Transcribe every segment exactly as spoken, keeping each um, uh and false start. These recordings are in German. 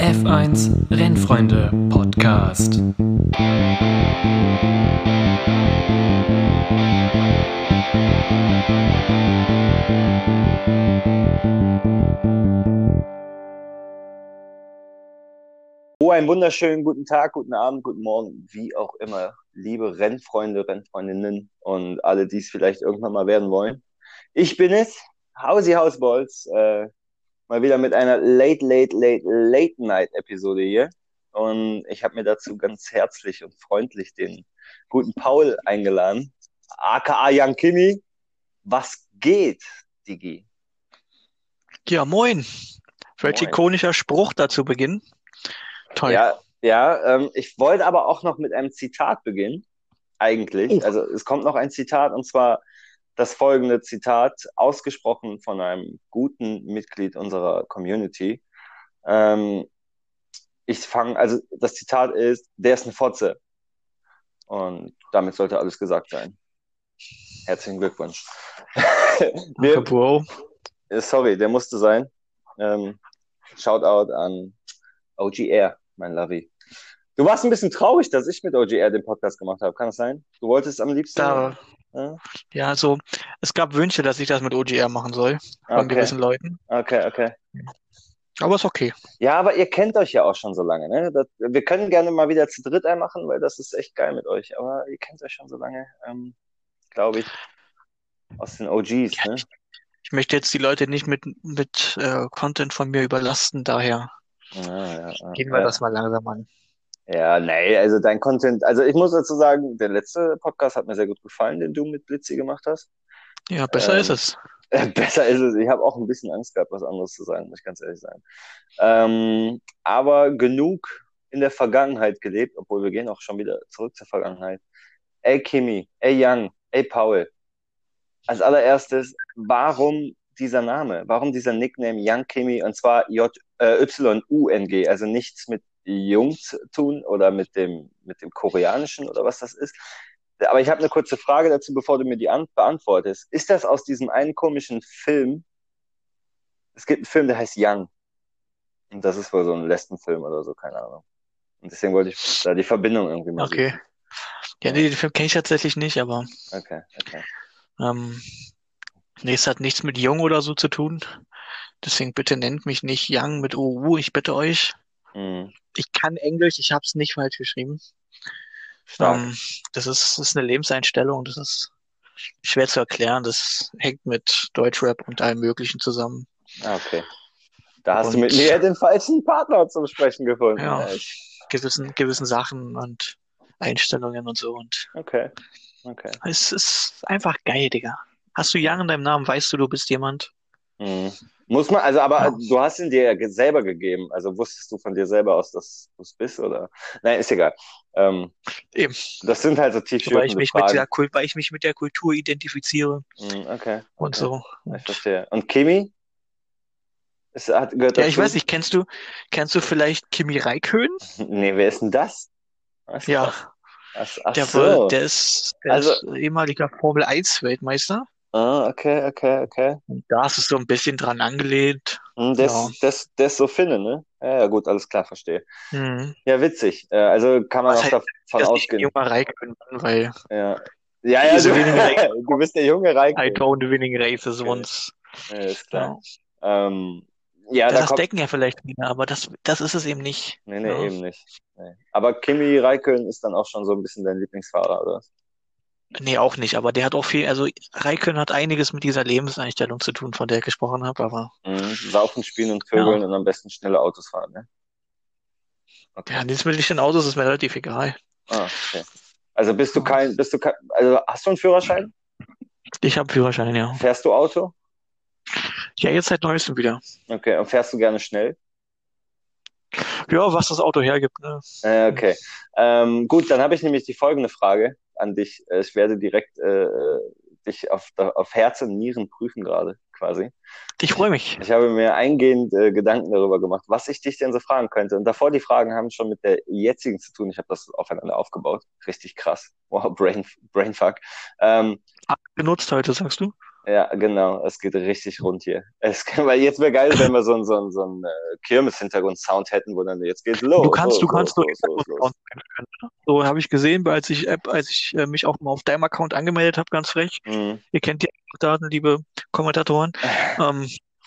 F eins Rennfreunde Podcast. Oh, einen wunderschönen guten Tag, guten Abend, guten Morgen, wie auch immer, liebe Rennfreunde, Rennfreundinnen und alle, die es vielleicht irgendwann mal werden wollen. Ich bin es, Hausi Hausbolz, äh, mal wieder mit einer Late, Late, Late, Late Night Episode hier. Und ich habe mir dazu ganz herzlich und freundlich den guten Paul eingeladen, aka Young Kimi. Was geht, Digi? Ja, moin. Welch Moin. ikonischer Spruch dazu beginnen. Toll. Ja, ja, ähm, ich wollte aber auch noch mit einem Zitat beginnen, eigentlich. Oh. Also es kommt noch ein Zitat, und zwar das folgende Zitat, ausgesprochen von einem guten Mitglied unserer Community. Ähm, ich fange, also das Zitat ist, der ist eine Fotze. Und damit sollte alles gesagt sein. Herzlichen Glückwunsch. Danke, Wir, Bro. sorry, der musste sein. Ähm, Shoutout an O G R, mein Lovey. Du warst ein bisschen traurig, dass ich mit O G R den Podcast gemacht habe. Kann das sein? Du wolltest am liebsten... Da, Ja? ja, also, es gab Wünsche, dass ich das mit O G R machen soll, von Okay. gewissen Leuten. Okay, okay. Aber ist okay. Ja, aber ihr kennt euch ja auch schon so lange, ne? Das, wir können gerne mal wieder zu dritt einmachen, weil das ist echt geil mit euch. Aber ihr kennt euch schon so lange, ähm, glaube ich, aus den O Gs, Ja, ne? ich, ich möchte jetzt die Leute nicht mit, mit äh, Content von mir überlasten, daher Ja, ja, ja, gehen wir ja. das mal langsam an. Ja, nee, also dein Content, also ich muss dazu sagen, der letzte Podcast hat mir sehr gut gefallen, den du mit Blitzi gemacht hast. Ja, besser ist Ähm, es. besser ist es. Ich habe auch ein bisschen Angst gehabt, was anderes zu sagen, muss ich ganz ehrlich sein. Ähm, aber genug in der Vergangenheit gelebt, obwohl wir gehen auch schon wieder zurück zur Vergangenheit. Ey Kimi, ey Young, ey Paul. Als allererstes, warum dieser Name? Warum dieser Nickname Young Kimi, und zwar J, äh, Y U N G, also nichts mit Jung zu tun oder mit dem, mit dem Koreanischen oder was das ist. Aber ich habe eine kurze Frage dazu, bevor du mir die an beantwortest. Ist das aus diesem einen komischen Film? Es gibt einen Film, der heißt Young. Und das ist wohl so ein Lesbenfilm oder so, keine Ahnung. Und deswegen wollte ich da die Verbindung irgendwie mal Okay. suchen. Ja, nee, den Film kenne ich tatsächlich nicht, aber Okay, okay. ähm, nee, es hat nichts mit Jung oder so zu tun. Deswegen bitte nennt mich nicht Young mit O U, ich bitte euch. Mhm. Ich kann Englisch, ich habe es nicht falsch geschrieben. Stark. Ähm, das ist, das ist eine Lebenseinstellung, das ist schwer zu erklären. Das hängt mit Deutschrap und allem Möglichen zusammen. Ah, okay. Da hast Und du mit mir den falschen Partner zum Sprechen gefunden. ja, Ja, gewissen, gewissen Sachen und Einstellungen und so. Und okay, okay. es ist einfach geil, Digga. Hast du Young in deinem Namen, weißt du, du bist jemand. Mhm. Muss man, also, aber Ja. du hast ihn dir ja ge- selber gegeben. Also wusstest du von dir selber aus, dass du es bist, oder? Nein, ist egal. Ähm, Eben, das sind halt so weil ich tiefschürfende mich mit Fragen. der Kult, weil ich mich mit der Kultur identifiziere Mhm, okay, und okay. so. Ich Und verstehe. Und Kimi? Es hat, gehört ja, ich dazu? weiß nicht, kennst du, kennst du vielleicht Kimi Räikkönen? Nee, wer ist denn das? Das ist Ja, krass. Ach, ach der war, so. der ist, der Also, ist ehemaliger Formel eins Weltmeister. ah, okay, okay, okay. Und da ist es so ein bisschen dran angelehnt. Hm, Ja. Das, das, das so Finne, ne? Ja, ja, gut, alles klar, verstehe. Mhm. Ja, witzig. Äh, Also kann man Was auch heißt, davon dass ich ein ausgehen. junger Räikkönen bin, weil Ja, ja, ja, diese du, wenigen Races, du bist der junge I Raikön. own the winning races Okay, once. ja, ist klar. Ja. Ähm, ja, Ja, da das kommt. denken ja vielleicht viele, aber das, das ist es eben nicht. Nee, nee, Ja. eben nicht. Nee. Aber Kimi Räikkönen ist dann auch schon so ein bisschen dein Lieblingsfahrer, oder? Nee, auch nicht, aber der hat auch viel, also Räikkönen hat einiges mit dieser Lebenseinstellung zu tun, von der ich gesprochen habe, aber Mhm. Saufen, spielen und ja. Vögeln und am besten schnelle Autos fahren, ne? Okay. Ja, das mit den Autos ist mir relativ egal. Ah, okay. Also bist du Ja. kein, bist du kein, also hast du einen Führerschein? Ich habe Führerschein, ja. Fährst du Auto? Ja, jetzt seit neuestem wieder. Okay. Und fährst du gerne schnell? Ja, was das Auto hergibt, ne? Äh, okay. Ähm, gut, dann habe ich nämlich die folgende Frage an dich. Äh, Ich werde direkt äh, dich auf, auf Herz und Nieren prüfen gerade, quasi. Ich freue mich. Ich habe mir eingehend äh, Gedanken darüber gemacht, was ich dich denn so fragen könnte. Und davor die Fragen haben schon mit der jetzigen zu tun. Ich habe das aufeinander aufgebaut. Richtig krass. Wow, Brain, Brainfuck. Ähm, Genutzt heute, sagst du? Ja, genau. Es geht richtig rund hier. Es, weil jetzt wäre geil, wenn wir so einen so einen, so einen äh, Kirmes-Hintergrund-Sound hätten, wo dann jetzt geht's Du los, kannst, du los, los, kannst so los, los, los. Hintergrundsounds einstellen, ne? So habe ich gesehen, als ich App, als ich äh, mich auch mal auf deinem Account angemeldet habe, ganz frech. Mhm. Ihr kennt die Daten, liebe Kommentatoren. Ähm,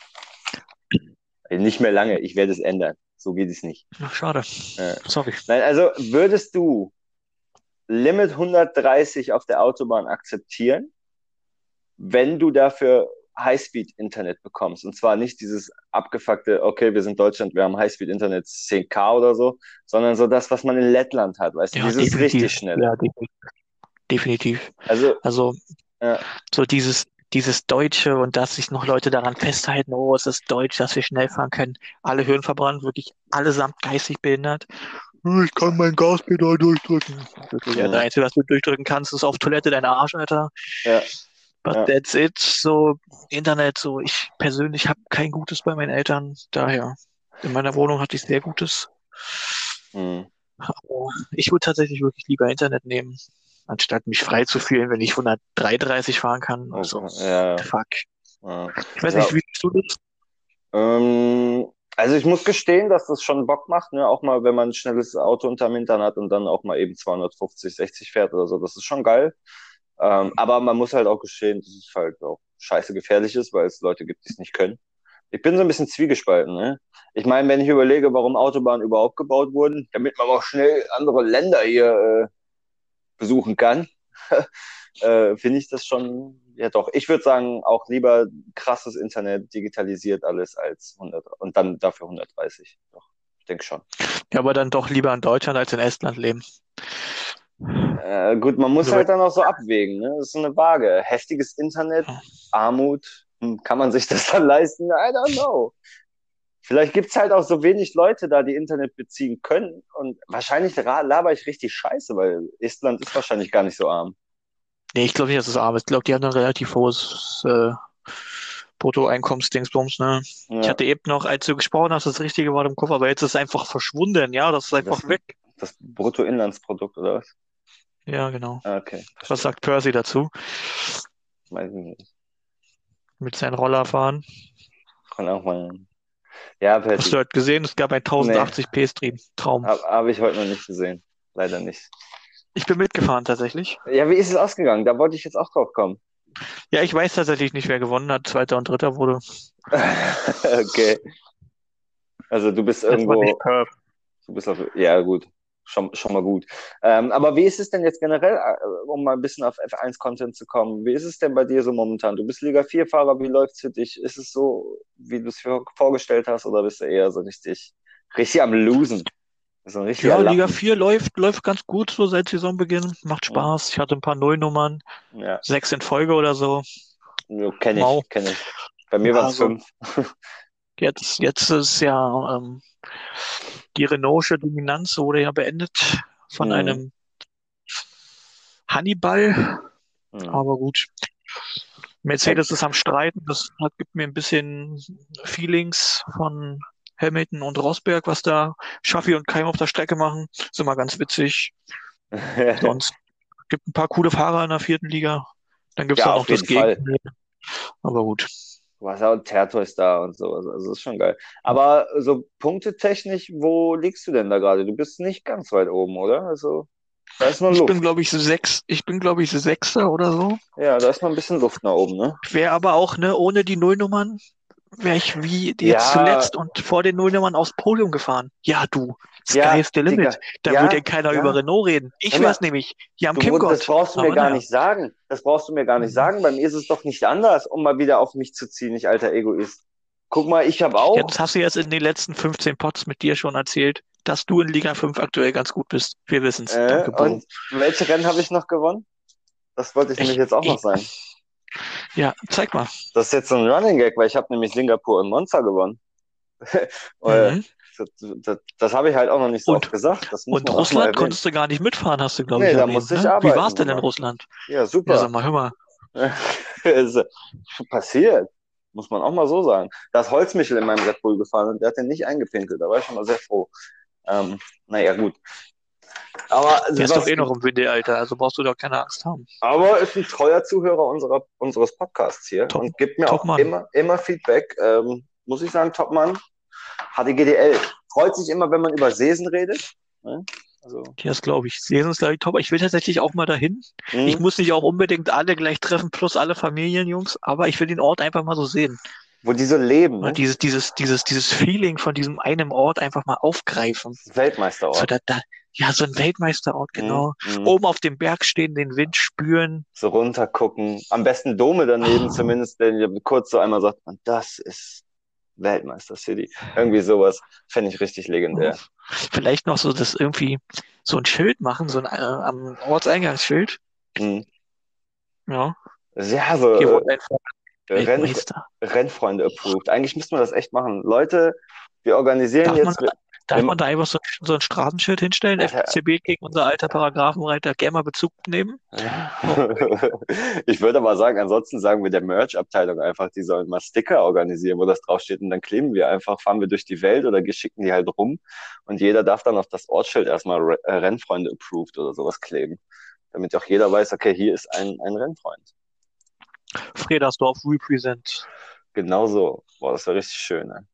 Nicht mehr lange, ich werde es ändern. So geht es nicht. ach, schade. Äh, Sorry. Nein, also würdest du Limit hundertdreißig auf der Autobahn akzeptieren, wenn du dafür Highspeed-Internet bekommst? Und zwar nicht dieses abgefuckte, okay, wir sind Deutschland, wir haben Highspeed-Internet zehn K oder so, sondern so das, was man in Lettland hat, weißt du, Ja, dieses definitiv. richtig schnelle. Ja, definitiv. Definitiv. Also, Also ja, so dieses, dieses Deutsche und dass sich noch Leute daran festhalten, oh, es ist deutsch, dass wir schnell fahren können. Alle Hirn verbrannt, wirklich allesamt geistig behindert. Ich kann mein Gaspedal durchdrücken. Wirklich, ja, mhm. das Einzige, was du durchdrücken kannst, ist auf Toilette dein Arsch, Alter. ja, But ja. that's it. So, Internet, so, ich persönlich habe kein Gutes bei meinen Eltern. Daher, in meiner Wohnung hatte ich sehr Gutes. Mhm. Aber ich würde tatsächlich wirklich lieber Internet nehmen, anstatt mich frei zu fühlen, wenn ich hundertdreiunddreißig fahren kann. Also, Okay, ja, fuck. ja. Ich weiß Ja, nicht, wie siehst du das? ähm, also ich muss gestehen, dass das schon Bock macht, ne? Auch mal, wenn man ein schnelles Auto unterm Hintern hat und dann auch mal eben zweihundertfünfzig, sechzig fährt oder so, das ist schon geil. Ähm, aber man muss halt auch gestehen, dass es halt auch scheiße gefährlich ist, weil es Leute gibt, die es nicht können. Ich bin so ein bisschen zwiegespalten, ne? Ich meine, wenn ich überlege, warum Autobahnen überhaupt gebaut wurden, damit man auch schnell andere Länder hier äh, besuchen kann, äh, finde ich das schon, ja doch. Ich würde sagen, auch lieber krasses Internet, digitalisiert alles als hundert und dann dafür hundertdreißig. Doch, ich denke schon. Ja, aber dann doch lieber in Deutschland als in Estland leben. Äh, gut, man muss Also, halt dann auch so abwägen, ne? Das ist so eine Waage. Heftiges Internet, ja. Armut, hm, kann man sich das dann leisten? I don't know. Vielleicht gibt's halt auch so wenig Leute da, die Internet beziehen können. Und wahrscheinlich ra- laber ich richtig scheiße, weil Estland ist wahrscheinlich gar nicht so arm. Nee, ich glaube nicht, dass es arm ist. Ich glaube, die haben ein relativ hohes äh, Bruttoeinkommensdingsbums, ne? Ich Ja, hatte eben noch, als du gesprochen hast, das Richtige war im Kopf, aber jetzt ist es einfach verschwunden, ja? Das ist einfach das, weg. das Bruttoinlandsprodukt, oder was? Ja, genau. Ah, okay, Was verstehe. sagt Percy dazu? Weiß ich nicht. Mit seinen Roller fahren? Kann auch mal. Ja, Hast du Percy. heute gesehen? Es gab ein Nee, tausendachtzig p Stream. Traum. habe hab ich heute noch nicht gesehen. Leider nicht. Ich bin mitgefahren tatsächlich. Ja, wie ist es ausgegangen? Da wollte ich jetzt auch drauf kommen. Ja, ich weiß tatsächlich nicht, wer gewonnen hat. Zweiter und Dritter wurde. Okay. Also du bist Das war nicht irgendwo, Perf. du bist auf, ja gut, schon, schon mal gut. Ähm, aber wie ist es denn jetzt generell, äh, um mal ein bisschen auf F eins Content zu kommen, wie ist es denn bei dir so momentan? Du bist Liga vier Fahrer, wie läuft's für dich? Ist es so, wie du es dir vorgestellt hast, oder bist du eher so richtig, richtig am Losen? So ein richtiger Ja, Liga Lappen. vier läuft, läuft ganz gut so seit Saisonbeginn. Macht Hm. Spaß. Ich hatte ein paar Nullnummern. Ja, Sechs in Folge oder so. ja kenne Mau. ich, kenne ich. Bei mir waren es Also fünf. jetzt, jetzt ist ja ähm, die Renaultsche Dominanz wurde ja beendet von Hm, einem Hannibal. hm. Aber gut. Mercedes ist am Streiten. Das hat, gibt mir ein bisschen Feelings von Hamilton und Rosberg, was da Schaffi und Keim auf der Strecke machen. Ist immer ganz witzig. Sonst gibt ein paar coole Fahrer in der vierten Liga. Dann gibt es Ja, auch noch auf das jeden Fall. Gegenteil. Aber gut. Du hast ja auch Terto ist da und so. Also, also das ist schon geil. Aber so punktetechnisch, wo liegst du denn da gerade? Du bist nicht ganz weit oben, oder? Also, da ist noch Ich bin, Luft. glaube ich, sechs, ich bin, glaube ich, Sechster oder so. Ja, da ist noch ein bisschen Luft nach oben, ne? Wäre aber auch, ne, ohne die Nullnummern, wäre ich wie jetzt Ja, zuletzt und vor den Nullnummern aufs Podium gefahren. Ja, du, Sky ja, is the limit. Digga. Da wird ja Ja, keiner über ja. Renault reden. Ich Hör wär's mal, nämlich. Hier am du, das Kimgott. brauchst du mir Aber gar naja. nicht sagen. Das brauchst du mir gar nicht Mhm. sagen. Bei mir ist es doch nicht anders, um mal wieder auf mich zu ziehen, ich alter Egoist. Guck mal, ich habe auch. Jetzt hast du jetzt in den letzten fünfzehn Pods mit dir schon erzählt, dass du in Liga fünf aktuell ganz gut bist. Wir wissen's. Äh, Danke, Bro. und welche Rennen habe ich noch gewonnen? Das wollte ich nämlich Ich, jetzt auch noch ich, sagen. ja, zeig mal. Das ist jetzt so ein Running Gag, weil ich habe nämlich Singapur und Monza gewonnen. Äh, Mhm. das das, das habe ich halt auch noch nicht so oft Und, gesagt. Das muss und man auch mal Russland erwähnen. konntest du gar nicht mitfahren, hast du, glaube Nee, ich, da erwähnt, musste ich ne? Wie arbeiten, war's denn in Bruder. Russland? Ja, Ja, super. sag mal, hör mal. Ist passiert. Muss man auch mal so sagen. Da ist Holzmichel in meinem Red Bull gefahren und der hat den nicht eingepinkelt. Da war ich schon mal sehr froh. Ähm, naja, gut. Aber Der ist doch was, eh noch im Windelalter, also brauchst du doch keine Angst haben. aber ist ein treuer Zuhörer unserer, unseres Podcasts hier Top, und gibt mir top auch Mann. immer, immer Feedback. Ähm, muss ich sagen, Topmann. H D G D L. Freut sich immer, wenn man über Sesen redet. Ne? Also, Ja, das glaube ich. Sesen ist, glaube ich, top. Ich will tatsächlich auch mal dahin. Ich mh, muss nicht auch unbedingt alle gleich treffen, plus alle Familienjungs, aber ich will den Ort einfach mal so sehen. wo die so leben, Und ne? dieses, dieses, dieses, dieses Feeling von diesem einen Ort einfach mal aufgreifen. So, Weltmeisterort. da, da, ja, so ein Weltmeisterort, Mh, genau. mh. Oben auf dem Berg stehen, den Wind spüren. So runtergucken. Am besten Dome daneben zumindest, der dir kurz so einmal sagt, und das ist Weltmeister City. Irgendwie sowas fände ich richtig legendär. Vielleicht noch so das irgendwie so ein Schild machen, so ein äh, am Ortseingangsschild. Mhm. Ja, Ja, so hier äh, wohnt ein Renn, Weltmeister. Rennfreunde approved. Eigentlich müssten wir das echt machen. Leute, wir organisieren Darf man, jetzt. Wir, darf wir, man da einfach so, so ein Straßenschild hinstellen? Alter, F C B gegen unser alter Paragraphenreiter, gerne mal Bezug nehmen? Oh, ich würde aber sagen, ansonsten sagen wir der Merch-Abteilung einfach, die sollen mal Sticker organisieren, wo das draufsteht und dann kleben wir einfach, fahren wir durch die Welt oder schicken die halt rum und jeder darf dann auf das Ortsschild erstmal Re äh, Rennfreunde approved oder sowas kleben, damit auch jeder weiß, okay, hier ist ein, ein Rennfreund. Fredersdorf represent. Genau so. Boah, das wäre richtig schön. Ne?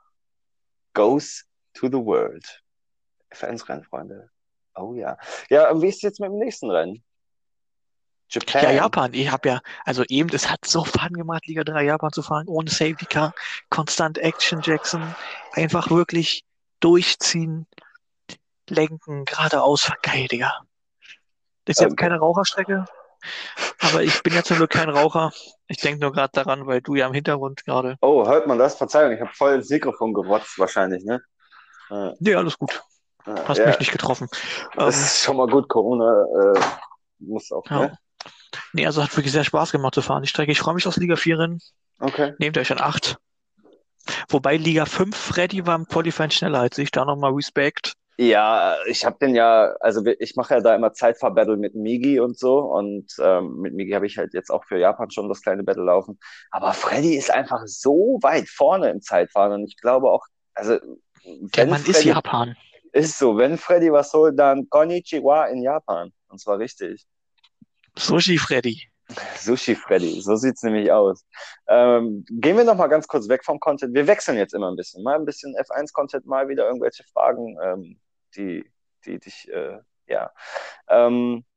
Goes to the world. Fans, Rennfreunde. Oh ja. Ja, und wie ist es jetzt mit dem nächsten Rennen? Japan. Ja, Japan. Ich habe ja, also eben, es hat so Fun gemacht, Liga drei Japan zu fahren, ohne Safety Car, konstant Action Jackson, einfach wirklich durchziehen, lenken, geradeaus, geil, Digga. Das ist jetzt Ähm, keine Raucherstrecke, aber ich bin ja zum Glück kein Raucher. Ich denke nur gerade daran, weil du ja im Hintergrund gerade. oh, hört man das? Verzeihung, ich habe voll ins Mikrofon gerotzt wahrscheinlich, ne? Ja, Nee, alles gut. Hast ja, mich nicht getroffen. das Ähm, ist schon mal gut. Corona äh, muss auch, ja. ne? Nee, also hat wirklich sehr Spaß gemacht zu fahren, die Strecke. Ich freue mich aufs Liga vier Rennen. Okay. Nehmt euch an acht. Wobei Liga fünf, Freddy war im Qualifying schneller als ich. Da nochmal Respekt. Ja, ich habe den ja, also wir- ich mache ja da immer Zeitfahr-Battle mit Migi und so und ähm, mit Migi habe ich halt jetzt auch für Japan schon das kleine Battle laufen. Aber Freddy ist einfach so weit vorne im Zeitfahren und ich glaube auch, also Der wenn Mann ist Freddy, Japan. ist so, wenn Freddy was holt, dann Konnichiwa in Japan. Und zwar richtig. Sushi Freddy. Sushi Freddy, so sieht's nämlich aus. Ähm, gehen wir noch mal ganz kurz weg vom Content. Wir wechseln jetzt immer ein bisschen. Mal ein bisschen F eins Content, mal wieder irgendwelche Fragen, ähm, die, die dich, äh, ja. Ähm,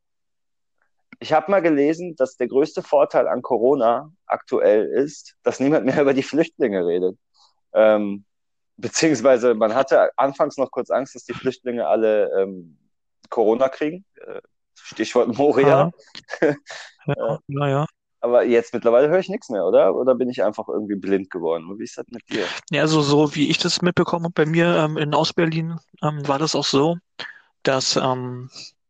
ich habe mal gelesen, dass der größte Vorteil an Corona aktuell ist, dass niemand mehr über die Flüchtlinge redet. Ähm, beziehungsweise man hatte anfangs noch kurz Angst, dass die Flüchtlinge alle ähm, Corona kriegen. Äh, Stichwort Moria. Ja, Äh, ja, ja, ja. Aber jetzt mittlerweile höre ich nichts mehr, oder? Oder bin ich einfach irgendwie blind geworden? Und wie ist das mit dir? Ja, also so wie ich das mitbekommen habe bei mir ähm, in Ostberlin, ähm, war das auch so, dass ähm,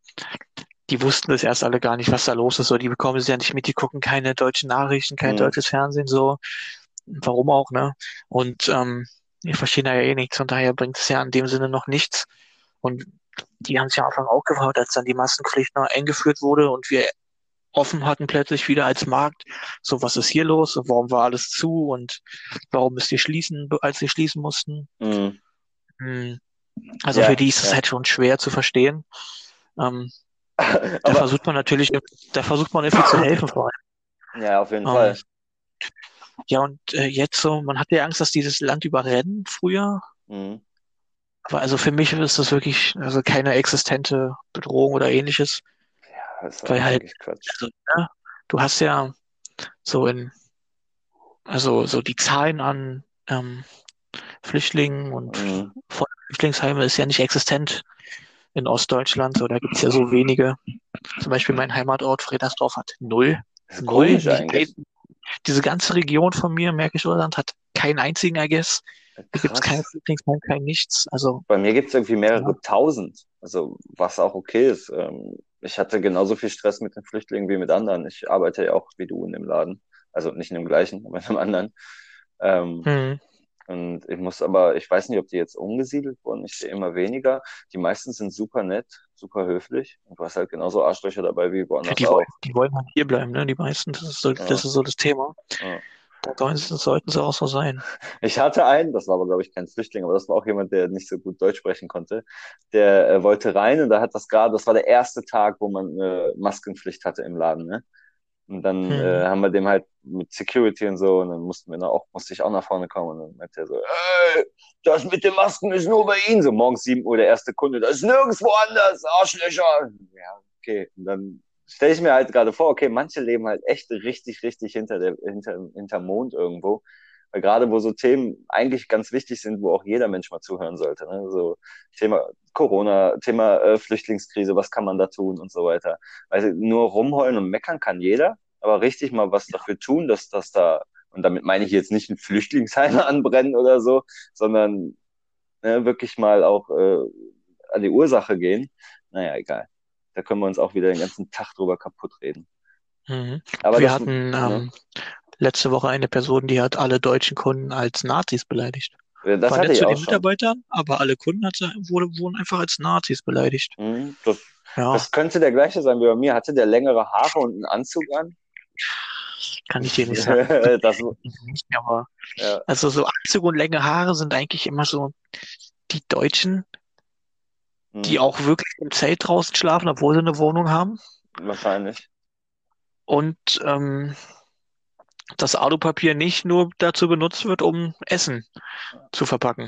die wussten das erst alle gar nicht, was da los ist. So, die bekommen es ja nicht mit, die gucken keine deutschen Nachrichten, kein Hm, deutsches Fernsehen, so. Warum auch, ne? Und ähm, wir verstehen da ja eh nichts und daher bringt es ja in dem Sinne noch nichts. Und die haben sich am Anfang auch gefragt, als dann die Maskenpflicht noch eingeführt wurde und wir offen hatten plötzlich wieder als Markt. So, was ist hier los? Warum war alles zu? Und warum müsst ihr schließen, als wir schließen mussten? hm. Hm. Also für Ja, die ist es ja. halt schon schwer zu verstehen. Ähm, da Aber versucht man natürlich, da versucht man irgendwie zu helfen vor allem. ja, auf jeden Ähm, Fall. ja, und äh, jetzt so, man hatte ja Angst, dass dieses Land überrennen früher. Hm. Aber also für mich ist das wirklich also keine existente Bedrohung oder ähnliches, Ja, das ist weil halt, eigentlich Quatsch. also, ne, du hast ja so in, also so die Zahlen an ähm, Flüchtlingen und Hm. von Flüchtlingsheime ist ja nicht existent in Ostdeutschland. So, da gibt es ja so wenige. Zum Beispiel mein Heimatort Fredersdorf hat null. Das ist Null. komisch Nicht eigentlich. ein, diese ganze Region von mir, Märkisch-Oderland, hat keinen einzigen, I guess. Hier gibt es keine Krass. Flüchtlingsheime, kein nichts. Also, Bei mir gibt es irgendwie mehrere ja. tausend. Also, was auch okay ist. Ähm, ich hatte genauso viel Stress mit den Flüchtlingen wie mit anderen. Ich arbeite ja auch wie du in dem Laden. Also nicht in dem gleichen, aber in einem anderen. Ähm, Hm. Und ich muss aber, ich weiß nicht, ob die jetzt umgesiedelt wurden. Ich sehe immer weniger. Die meisten sind super nett, super höflich. Und du hast halt genauso Arschlöcher dabei wie Ja, woanders die auch. wollen, die wollen halt hier bleiben, ne? Die meisten, das ist so, Ja, das ist so das Thema. ja. Da sollen sie- sollten sie auch so sein. Ich hatte einen, das war aber, glaube ich, kein Flüchtling, aber das war auch jemand, der nicht so gut Deutsch sprechen konnte. Der äh, wollte rein und da hat das gerade, das war der erste Tag, wo man äh, Maskenpflicht hatte im Laden, ne? Und dann Mhm. äh, haben wir dem halt mit Security und so, und dann mussten wir da auch, musste ich auch nach vorne kommen und dann meinte er so, ey, das mit den Masken ist nur bei Ihnen. So morgens sieben Uhr der erste Kunde, das ist nirgendwo anders, Arschlöcher. Ja, okay. Und dann stelle ich mir halt gerade vor, okay, manche leben halt echt richtig, richtig hinter der, hinter, hinter Mond irgendwo. Weil gerade wo so Themen eigentlich ganz wichtig sind, wo auch jeder Mensch mal zuhören sollte. Ne? So Thema Corona, Thema äh, Flüchtlingskrise, was kann man da tun und so weiter. Also nur rumheulen und meckern kann jeder, aber richtig mal was dafür tun, dass das da, und damit meine ich jetzt nicht ein Flüchtlingsheim anbrennen oder so, sondern ne, wirklich mal auch äh, an die Ursache gehen. Naja, egal. Da können wir uns auch wieder den ganzen Tag drüber kaputt reden. Mhm. Aber Wir das, hatten ne, ähm, letzte Woche eine Person, die hat alle deutschen Kunden als Nazis beleidigt. das War hatte nett ich zu auch den schon. Mitarbeitern, aber alle Kunden hat sie, wurde, wurden einfach als Nazis beleidigt. Hm, das, Ja, das könnte der gleiche sein wie bei mir. Hatte der längere Haare und einen Anzug an? kann ich dir nicht sagen. Das, Nicht, aber ja, also so Anzug und lange Haare sind eigentlich immer so die Deutschen, die hm, auch wirklich im Zelt draußen schlafen, obwohl sie eine Wohnung haben. wahrscheinlich. Und ähm, das Alupapier nicht nur dazu benutzt wird, um Essen zu verpacken.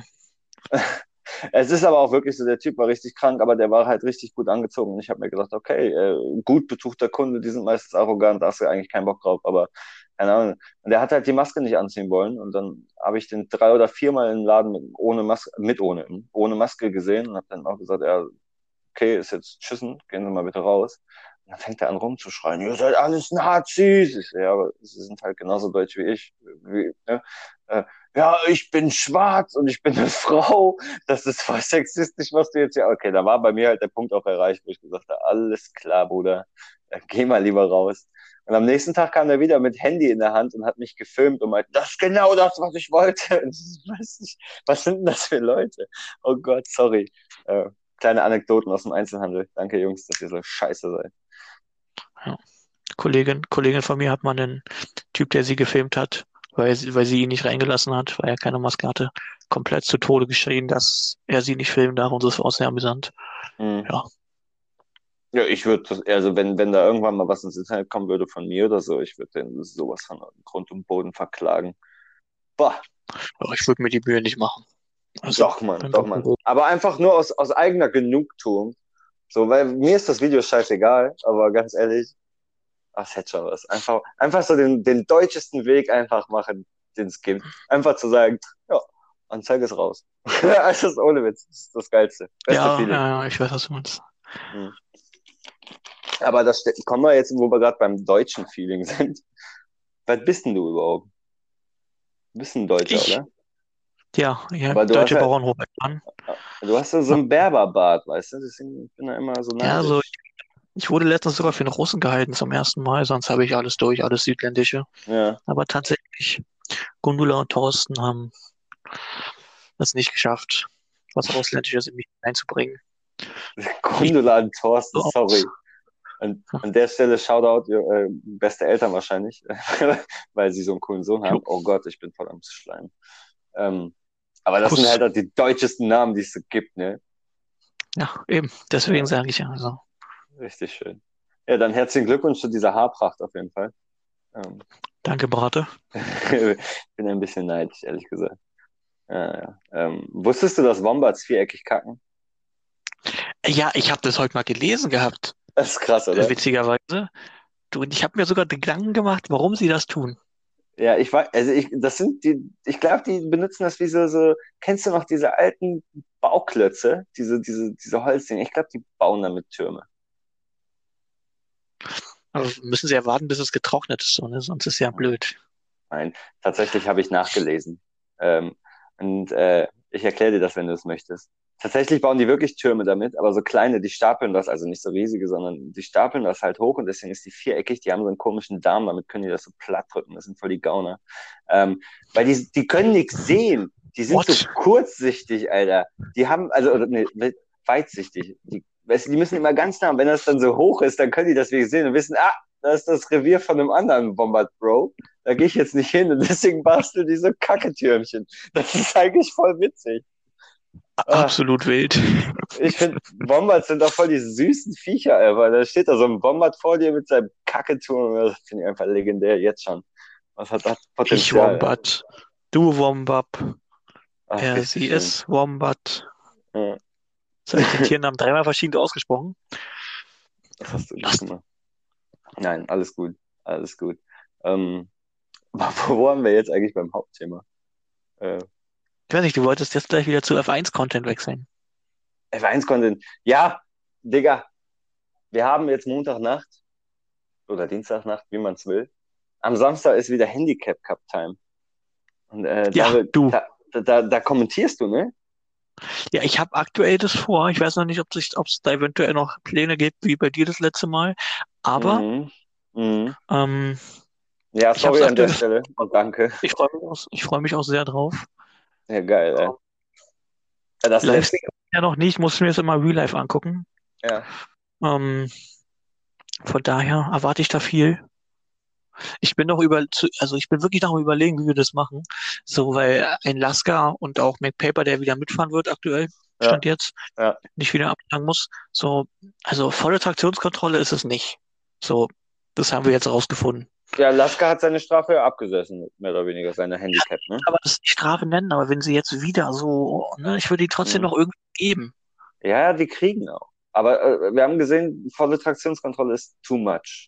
Es ist aber auch wirklich so, der Typ war richtig krank, aber der war halt richtig gut angezogen. Und ich habe mir gedacht, okay, äh, gut betuchter Kunde, die sind meistens arrogant, da hast du eigentlich keinen Bock drauf, aber keine Ahnung. Und der hat halt die Maske nicht anziehen wollen und dann habe ich den drei oder viermal im Laden mit ohne Maske, mit ohne, ohne Maske gesehen und habe dann auch gesagt, ja, okay, ist jetzt Tschüssen, gehen Sie mal bitte raus. Und dann fängt er an rumzuschreien, ihr seid alles Nazis. Ich so, ja, aber sie sind halt genauso deutsch wie ich. Wie, ne? äh, ja, ich bin schwarz und ich bin eine Frau. Das ist voll sexistisch, was du jetzt hier. Okay, da war bei mir halt der Punkt auch erreicht, wo ich gesagt habe, alles klar, Bruder, äh, geh mal lieber raus. Und am nächsten Tag kam er wieder mit Handy in der Hand und hat mich gefilmt und meinte, das ist genau das, was ich wollte. Und ich weiß nicht, was sind denn das für Leute? Oh Gott, sorry. Äh, kleine Anekdoten aus dem Einzelhandel. Danke, Jungs, dass ihr so scheiße seid. Ja. Kollegin, Kollegin von mir hat mal einen Typ, der sie gefilmt hat, weil sie, weil sie ihn nicht reingelassen hat, weil er keine Maske hatte, komplett zu Tode geschrien, dass er sie nicht filmen darf und das war auch sehr amüsant. Hm. Ja, Ja, ich würde, also wenn, wenn da irgendwann mal was ins Internet kommen würde von mir oder so, ich würde den sowas von Grund und Boden verklagen. Boah, aber ich würde mir die Mühe nicht machen. Also, doch, Mann, wenn doch, wir Mann. Aber einfach nur aus, aus eigener Genugtuung. So, weil mir ist das Video scheißegal, aber ganz ehrlich, das hätte schon was. Einfach, einfach so den, den deutschesten Weg einfach machen, den es gibt. Einfach zu sagen, ja, Anzeige ist raus. Also, das ist ohne Witz. Das ist das Geilste. Beste ja, Feeling. ja, ja, ich weiß, was du meinst. Hm. Aber das ste- kommen wir jetzt, wo wir gerade beim deutschen Feeling sind. Was bist denn du überhaupt? Du bist ein Deutscher, Ich, oder? ja, ja, Aber du hast deutsche halt, Bauernhof an. du hast ja so einen Berberbart, weißt du? Deswegen bin ich da immer so Ja, also neidisch. ich wurde letztens sogar für einen Russen gehalten zum ersten Mal, sonst habe ich alles durch, alles Südländische. Ja. Aber tatsächlich, Gundula und Thorsten haben es nicht geschafft, was Ausländisches in mich einzubringen. Wie Gundula und Thorsten, so aus. sorry. An, an der Stelle Shoutout, äh, beste Eltern wahrscheinlich, weil sie so einen coolen Sohn haben. Jo, Oh Gott, ich bin voll am Schleim. Ähm, aber das sind Kuss. halt auch die deutschesten Namen, die es so gibt, ne? Ja, eben. Deswegen Ja, sage ich ja. Also, richtig schön. Ja, dann herzlichen Glückwunsch zu dieser Haarpracht auf jeden Fall. Ähm, danke, Brate. bin ein bisschen neidisch, ehrlich gesagt. Ja, ja. Ähm, wusstest du, dass Wombats viereckig kacken? Ja, ich habe das heute mal gelesen gehabt, Das ist krass, äh, oder? witzigerweise. Du, und ich habe mir sogar Gedanken gemacht, warum sie das tun. Ja, ich weiß, also ich, das sind die, ich glaube, die benutzen das wie so, so, kennst du noch diese alten Bauklötze, diese, diese, diese Holzdinger? Ich glaube, die bauen damit Türme. Also müssen sie ja warten, bis es getrocknet ist, so, ne? Sonst ist ja blöd. Nein, tatsächlich habe ich nachgelesen. Ähm, und äh, ich erkläre dir das, wenn du es möchtest. Tatsächlich bauen die wirklich Türme damit, aber so kleine, die stapeln das, also nicht so riesige, sondern die stapeln das halt hoch und deswegen ist die viereckig, die haben so einen komischen Darm, damit können die das so platt drücken, das sind voll die Gauner. Ähm, weil die, die können nichts sehen, die sind so What? kurzsichtig, Alter. Die haben, also, oder, nee, weitsichtig. Die, weißt du, die müssen immer ganz nah, und wenn das dann so hoch ist, dann können die das wirklich sehen und wissen, ah, das ist das Revier von einem anderen Wombat Bro. Da gehe ich jetzt nicht hin und deswegen bastel diese Kacketürmchen. Das ist eigentlich voll witzig. Ah, Absolut wild. ich finde, Wombats sind auch voll die süßen Viecher, einfach. Da steht da so ein Wombat vor dir mit seinem Kacketurm. Das finde ich einfach legendär, jetzt schon. Was hat das Ich Potenzial? Wombat, du Wombab, Ach, er, richtig sie, schön. es, Wombat. Ja, Jetzt habe ich den Tiernamen dreimal verschieden ausgesprochen. das hast du gut Lass, gemacht. Nein, alles gut. Alles gut. Ähm, wo wo waren wir jetzt eigentlich beim Hauptthema? Äh, ich weiß nicht, du wolltest jetzt gleich wieder zu F eins Content wechseln. F eins Content. Ja, Digga, wir haben jetzt Montagnacht oder Dienstagnacht, wie man es will. Am Samstag ist wieder Handicap Cup Time. Und äh, da, Ja, wird- du. da, da, da kommentierst du, ne? Ja, ich habe aktuell das vor. Ich weiß noch nicht, ob sich, ob es da eventuell noch Pläne gibt, wie bei dir das letzte Mal. Aber Mhm. Mhm. ähm, Ja, ich habe es sorry an der aktuell. Stelle und danke. Ich freue mich, auch- ich freue mich auch sehr drauf. Ja, geil, ey. Ja, das letzte, Livestream ja noch nicht, muss ich mir das immer Real Life angucken. ja. Ähm, von daher erwarte ich da viel. Ich bin noch über, zu- also ich bin wirklich noch am Überlegen, wie wir das machen. So, weil ein Lasker und auch McPaper, der wieder mitfahren wird aktuell, Ja, stand jetzt, ja. nicht wieder absagen muss. So, also volle Traktionskontrolle ist es nicht. So, das haben wir jetzt rausgefunden. Ja, Laska hat seine Strafe abgesessen, mehr oder weniger, seine Handicap, ne? Aber das nicht Strafe nennen, aber wenn sie jetzt wieder so, ne, ich würde die trotzdem Mhm. noch irgendwie geben. Ja, ja, die kriegen auch. Aber äh, wir haben gesehen, volle Traktionskontrolle ist too much.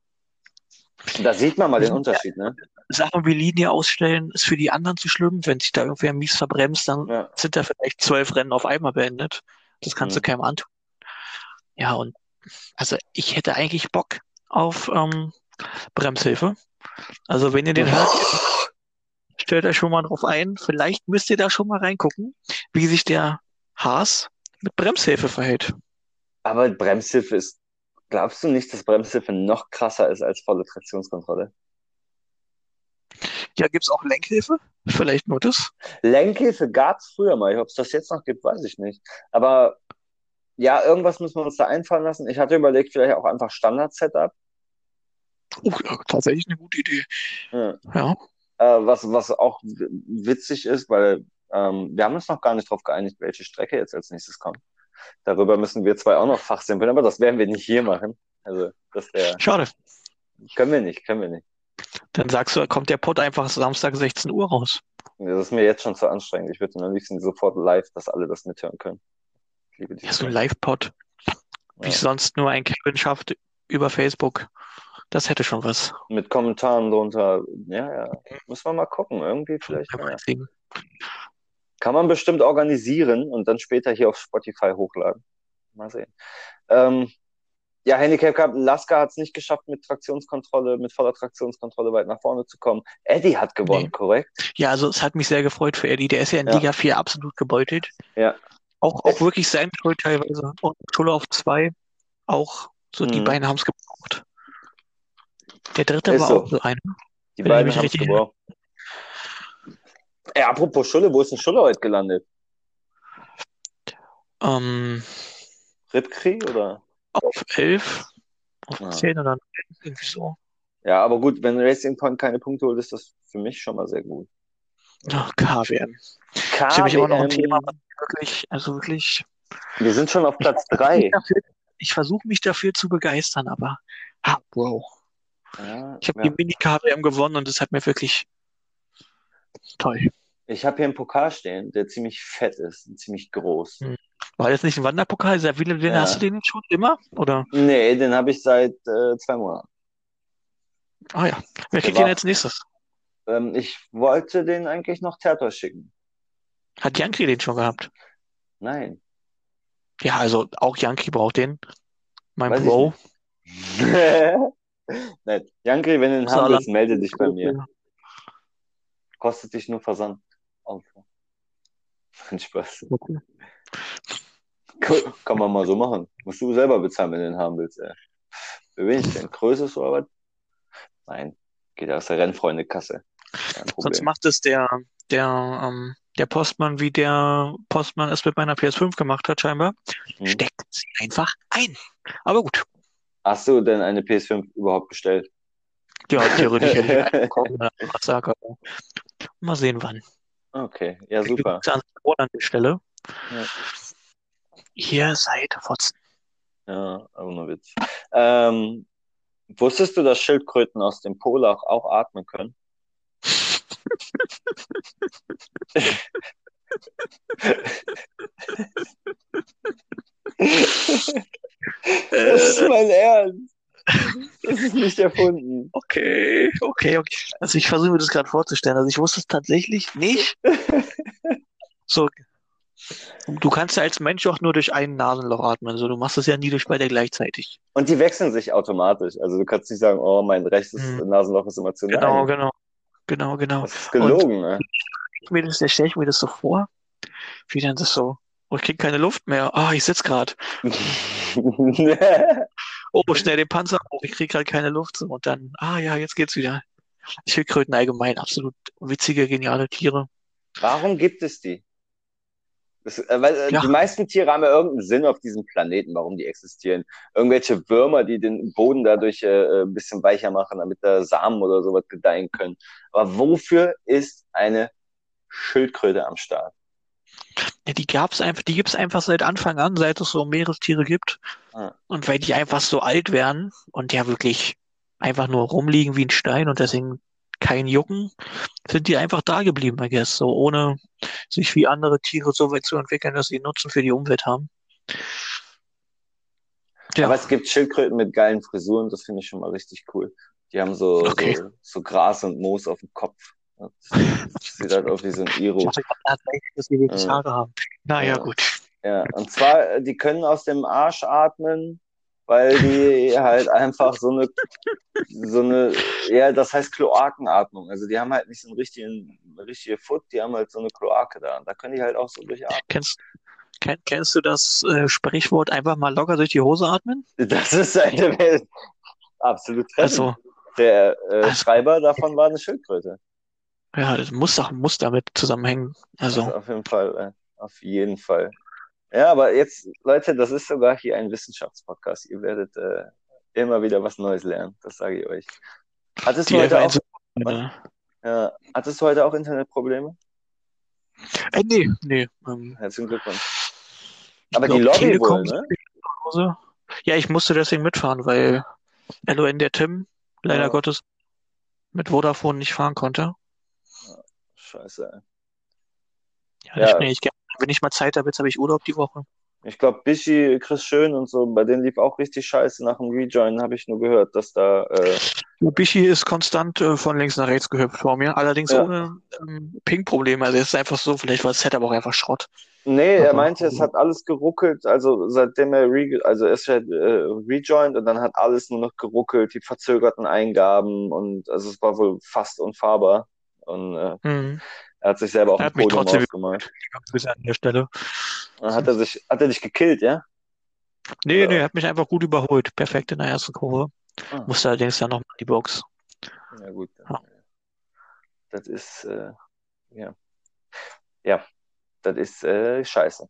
Da sieht man mal den Unterschied, ne? Sachen wie Linie ausstellen ist für die anderen zu schlimm. Wenn sich da irgendwer mies verbremst, dann Ja. sind da vielleicht zwölf Rennen auf einmal beendet. Das kannst du Mhm. keinem antun. Ja, und also ich hätte eigentlich Bock auf ähm, Bremshilfe. Also wenn ihr den hört, stellt euch schon mal drauf ein. Vielleicht müsst ihr da schon mal reingucken, wie sich der Haas mit Bremshilfe verhält. Aber Bremshilfe ist, glaubst du nicht, dass Bremshilfe noch krasser ist als volle Traktionskontrolle? Ja, gibt's auch Lenkhilfe? Vielleicht nur das. Lenkhilfe gab's früher mal. Ob es das jetzt noch gibt, weiß ich nicht. Aber ja, irgendwas müssen wir uns da einfallen lassen. Ich hatte überlegt, vielleicht auch einfach Standard-Setup. Oh, ja, tatsächlich eine gute Idee. Ja. Ja. Äh, was, was auch w- witzig ist, weil ähm, wir haben uns noch gar nicht darauf geeinigt, welche Strecke jetzt als nächstes kommt. Darüber müssen wir zwei auch noch fachsimpeln, aber das werden wir nicht hier machen. Also, das wär, Schade. können wir nicht, können wir nicht. Dann sagst du, kommt der Pod einfach Samstag sechzehn Uhr raus. Das ist mir jetzt schon zu anstrengend. Ich würde am liebsten sofort live, dass alle das mithören können. Ich liebe Ja, diese so ein Sache. Live-Pod, wie Ja. es sonst nur ein Kevin schafft über Facebook. Das hätte schon was. Mit Kommentaren drunter. Ja, ja. Muss man mal gucken. Irgendwie vielleicht. Beim Ja. einzigen. Kann man bestimmt organisieren und dann später hier auf Spotify hochladen. Mal sehen. Ähm, ja, Handicap Cup, Laska hat es nicht geschafft, mit Traktionskontrolle, mit voller Traktionskontrolle weit nach vorne zu kommen. Eddie hat gewonnen, Nee. korrekt? Ja, also es hat mich sehr gefreut für Eddie. Der ist ja in Ja. Liga vier absolut gebeutelt. Ja. Auch, auch wirklich sein Schuld teilweise. Und Schulle auf zwei auch. So, die Mhm. beiden haben es gebraucht. Der dritte Ist war so. auch so einer. Die Wenn ich beiden mich haben es richtig gebraucht. Ey, apropos Schulle, wo ist denn Schulle heute gelandet? Ähm, Ripkri oder? auf elf, auf Ja. zehn oder neun, irgendwie so. Ja, aber gut, wenn Racing Point keine Punkte holt, ist das für mich schon mal sehr gut. Ach, K W M. Ist für mich immer noch ein Thema, K W was M. wirklich, also wirklich, Wir sind schon auf ich Platz versuche mich drei. dafür, ich versuche mich dafür zu begeistern, aber ah, wow. Ja, Ich habe ja. die Mini-K W M gewonnen und das hat mir wirklich toll. Ich habe hier einen Pokal stehen, der ziemlich fett ist und ziemlich groß. Hm. War das nicht ein Wanderpokal? Seit wie lange Ja. hast du den jetzt schon? Immer? Oder? Nee, den habe ich seit äh, zwei Monaten. Ah ja. Wer Der kriegt den war, als nächstes? ähm, ich wollte den eigentlich noch Tertor schicken. Hat Yankee den schon gehabt? Nein, Ja, also auch Yankee braucht den. Mein weiß ich Bro. nicht. Nein, Jankri, wenn du ihn haben Saarland. willst, melde dich bei mir. Kostet dich nur Versand. Auto. Spaß. Okay. Cool. Kann man mal so machen. Musst du selber bezahlen, wenn du den haben willst. Ey. Für wen ich denn? Größes oder was? Nein, geht aus der Rennfreunde-Kasse. Kein Sonst Problem. macht es der, der, ähm, der Postmann, wie der Postmann es mit meiner P S fünf gemacht hat, scheinbar. Hm. Steckt sie einfach ein. Aber gut. Hast du denn eine P S fünf überhaupt bestellt? Ja, theoretisch hätte ich einen bekommen, wenn er was sagt, aber mal sehen, wann. Okay, ja, Viele super. Grüße an Simon an der Stelle. Ja, Ihr seid Fotzen. ja, ohne Witz. Ähm, wusstest du, dass Schildkröten aus dem Polach auch atmen können? Das ist Äh, mein Ernst. Das ist nicht erfunden. okay, okay, okay. Also ich versuche mir das gerade vorzustellen. Also ich wusste es tatsächlich nicht. So, du kannst ja als Mensch auch nur durch ein Nasenloch atmen. Also du machst das ja nie durch beide gleichzeitig. Und die wechseln sich automatisch. Also du kannst nicht sagen, oh, mein rechtes Hm, Nasenloch ist immer zu. genau, Nein, genau, genau, genau. das ist Und gelogen, ne? ich mir das, da stelle ich mir das so vor, wie dann das so, oh, ich krieg keine Luft mehr. Ah, ich sitz gerade. Oh, schnell den Panzer hoch, ich krieg gerade keine Luft. So, und dann, ah ja, jetzt geht's wieder. Schildkröten allgemein, absolut witzige, geniale Tiere. Warum gibt es die? Das, äh, weil äh, Ja, die meisten Tiere haben ja irgendeinen Sinn auf diesem Planeten, warum die existieren. Irgendwelche Würmer, die den Boden dadurch äh, ein bisschen weicher machen, damit da Samen oder sowas gedeihen können. Aber wofür ist eine Schildkröte am Start? ja, die gab's einfach, die gibt's einfach seit Anfang an, seit es so Meerestiere gibt. Ah, Und weil die einfach so alt werden und ja wirklich einfach nur rumliegen wie ein Stein und deswegen kein Jucken, sind die einfach da geblieben, I guess, so ohne sich wie andere Tiere so weit zu entwickeln, dass sie Nutzen für die Umwelt haben. aber Ja, es gibt Schildkröten mit geilen Frisuren, das finde ich schon mal richtig cool. Die haben so, okay. so, so Gras und Moos auf dem Kopf. Das sieht halt aus wie so ein Ich Iro. dachte gerade tatsächlich, dass sie wirklich Äh, Haare haben. Naja, äh, gut. ja, und zwar, äh, die können aus dem Arsch atmen, weil die halt einfach so eine, so eine, ja, das heißt Kloakenatmung. Also die haben halt nicht so einen richtigen, richtige Foot, die haben halt so eine Kloake da. Und da können die halt auch so durchatmen. Kennst, kenn, kennst du das äh, Sprichwort einfach mal locker durch die Hose atmen? Das ist eine Welt. Absolut treffend. Also, Der äh, also Schreiber davon war eine Schildkröte. ja, das muss doch, muss damit zusammenhängen. Also Also, auf jeden Fall, äh, auf jeden Fall. Ja, aber jetzt, Leute, das ist sogar hier ein Wissenschaftspodcast. Ihr werdet äh, immer wieder was Neues lernen. Das sage ich euch. Hattest du die heute F eins. auch, was? Äh, Ja, hattest du heute auch Internetprobleme? äh, nee, nee. Ähm, Herzlichen Glückwunsch. ich Aber die glaube, Lobby wohl, Telekom ne? zu Hause. Ja, ich musste deswegen mitfahren, weil L O N der Tim leider Ja, Gottes mit Vodafone nicht fahren konnte. scheiße. Ey. Ja, das Ja, schnell. Ich, wenn ich mal Zeit habe, jetzt habe ich Urlaub die Woche. ich glaube, Bischi, Chris Schön und so, bei denen lief auch richtig scheiße. Nach dem Rejoin habe ich nur gehört, dass da, äh, Bichi ist konstant äh, von links nach rechts gehüpft vor mir, allerdings ja, ohne ähm, Ping-Probleme. Also es ist einfach so, vielleicht war das Setup auch einfach Schrott. nee, er Aber meinte, es hat alles geruckelt, also seitdem er re also er ist ja äh, rejoined und dann hat alles nur noch geruckelt, die verzögerten Eingaben und also es war wohl fast unfahrbar. Und äh, mhm. er hat sich selber auch Er ein hat mich Podium trotzdem ausgemalt. Grüße an der Stelle. Und hat er sich, hat er dich gekillt, ja? Nee, nee, er Oder? hat mich einfach gut überholt. Perfekt in der ersten Kurve. Ah, Musste allerdings dann noch mal die Box. ja gut, dann, Ja. äh, das ist, äh, ja, ja, das ist äh, scheiße.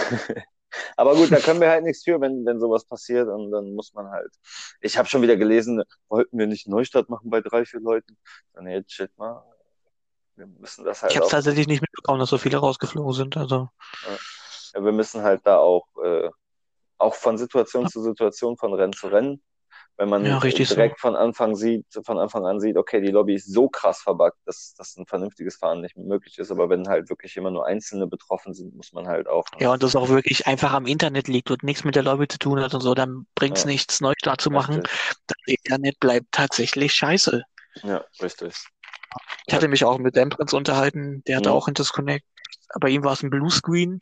Aber gut, da können wir halt nichts für, wenn, wenn sowas passiert und dann muss man halt. Ich habe schon wieder gelesen, wollten wir nicht Neustart machen bei drei, vier Leuten? Dann, nee, shit mal. Wir müssen das Ich halt habe es auch, tatsächlich nicht mitbekommen, dass so viele rausgeflogen sind. Also, äh, ja, wir müssen halt da auch, äh, auch von Situation zu Situation, von Rennen zu Rennen, wenn ja, man richtig so. direkt von Anfang sieht, von Anfang an sieht, okay, die Lobby ist so krass verbuggt, dass, dass ein vernünftiges Fahren nicht mehr möglich ist. Aber wenn halt wirklich immer nur Einzelne betroffen sind, muss man halt auch. Ja, und das auch wirklich einfach am Internet liegt und nichts mit der Lobby zu tun hat und so, dann bringt's Ja, nichts, Neustart zu machen. richtig. Das Internet bleibt tatsächlich scheiße. Ja, richtig. Ich hatte mich auch mit dem Prinz unterhalten, der hatte Mhm. auch ein Disconnect. Bei ihm war es ein Bluescreen.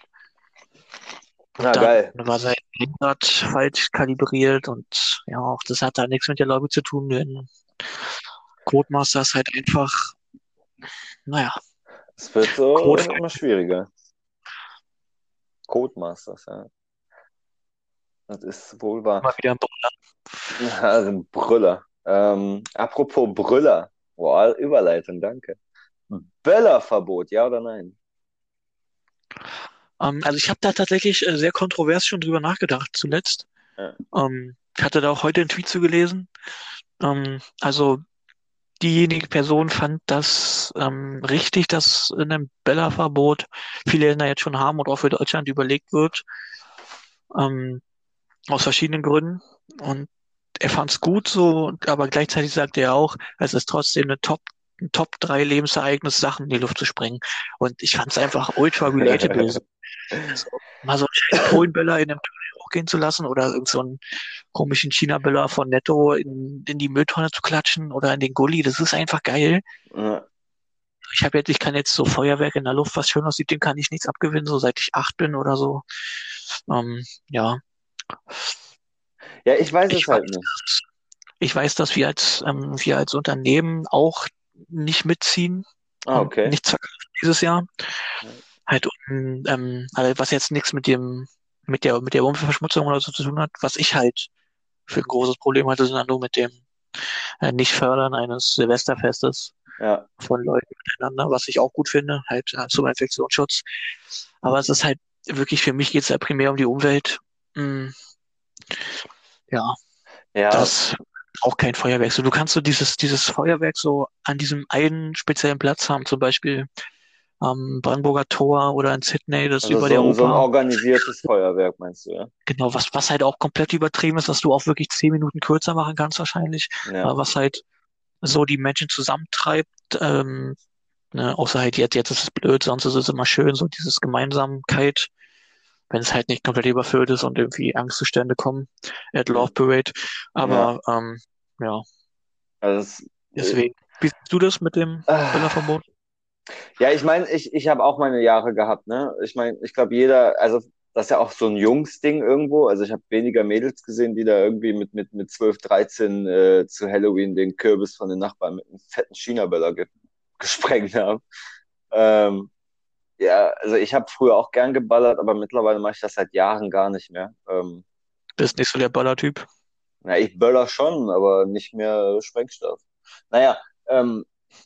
Na, Dann geil. war sein Lenkrad falsch kalibriert und ja, auch das hat da nichts mit der Lobby zu tun, denn Codemaster ist halt einfach, naja, Es wird so Code immer schwieriger. Codemasters, ja. Das ist wohl wahr. immer wieder ein Brüller. Also ein Brüller. Ähm, apropos Brüller. Boah, Überleitung, danke. Böllerverbot, ja oder nein? Ähm, also ich habe da tatsächlich äh, sehr kontrovers schon drüber nachgedacht zuletzt. Ja. Ähm, ich hatte da auch heute einen Tweet zu gelesen. Ähm, also diejenige Person fand das ähm, richtig, dass in einem Böllerverbot viele Länder jetzt schon haben und auch für Deutschland überlegt wird, ähm, aus verschiedenen Gründen. Und er fand es gut so, aber gleichzeitig sagte er auch, es ist trotzdem eine Top, ein Top drei Lebensereignis, Sachen in die Luft zu sprengen. Und ich fand es einfach ultra relatable. So, so, mal so einen scheiß Polenböller in einem Tunnel hochgehen zu lassen oder irgend so einen komischen China-Böller von Netto in, in die Mülltonne zu klatschen oder in den Gully, das ist einfach geil. Ja. Ich habe jetzt, ich kann jetzt so Feuerwerk in der Luft, was schön aussieht, dem kann ich nichts abgewinnen, so seit ich acht bin oder so. Ähm, ja, Ja, ich weiß ich es halt nicht. weiß, ich weiß, dass wir als, ähm, wir als Unternehmen auch nicht mitziehen Ah, und okay. nichts verkaufen dieses Jahr. Ja. Halt, um, ähm, also was jetzt nichts mit dem, mit der, mit der Umweltverschmutzung oder so zu tun hat, was ich halt für ein großes Problem hatte, sondern nur mit dem äh, Nicht-Fördern eines Silvesterfestes Ja. von Leuten miteinander, was ich auch gut finde, halt äh, zum Infektionsschutz. Aber es ist halt wirklich, für mich geht es ja primär um die Umwelt. Mm, ja, Ja, das auch kein Feuerwerk. So, du kannst so dieses, dieses Feuerwerk so an diesem einen speziellen Platz haben, zum Beispiel am Brandenburger Tor oder in Sydney, das also über so der ein, so ein Oper. organisiertes Feuerwerk, meinst du, ja? Genau, was, was halt auch komplett übertrieben ist, dass du auch wirklich zehn Minuten kürzer machen kannst wahrscheinlich, Ja. aber was halt so die Menschen zusammentreibt, ähm, ne, außer halt jetzt, jetzt ist es blöd, sonst ist es immer schön, so dieses Gemeinsamkeit, wenn es halt nicht komplett überfüllt ist und irgendwie Angstzustände kommen, at Ja. Love Parade. Ja. Aber ähm, ja, Also es, äh, deswegen. Wie siehst du das mit dem ah. Böllerverbot? Ja, ich meine, ich, ich habe auch meine Jahre gehabt, ne? Ich meine, ich glaube, jeder, also das ist ja auch so ein Jungsding irgendwo. Also ich habe weniger Mädels gesehen, die da irgendwie mit, mit, mit zwölf, dreizehn äh, zu Halloween den Kürbis von den Nachbarn mit einem fetten China-Böller ge gesprengt haben. Ähm, ja, also ich habe früher auch gern geballert, aber mittlerweile mache ich das seit Jahren gar nicht mehr. Ähm, Bist nicht so der Böllertyp? na, ich böller schon, aber nicht mehr Sprengstoff. Naja, ähm,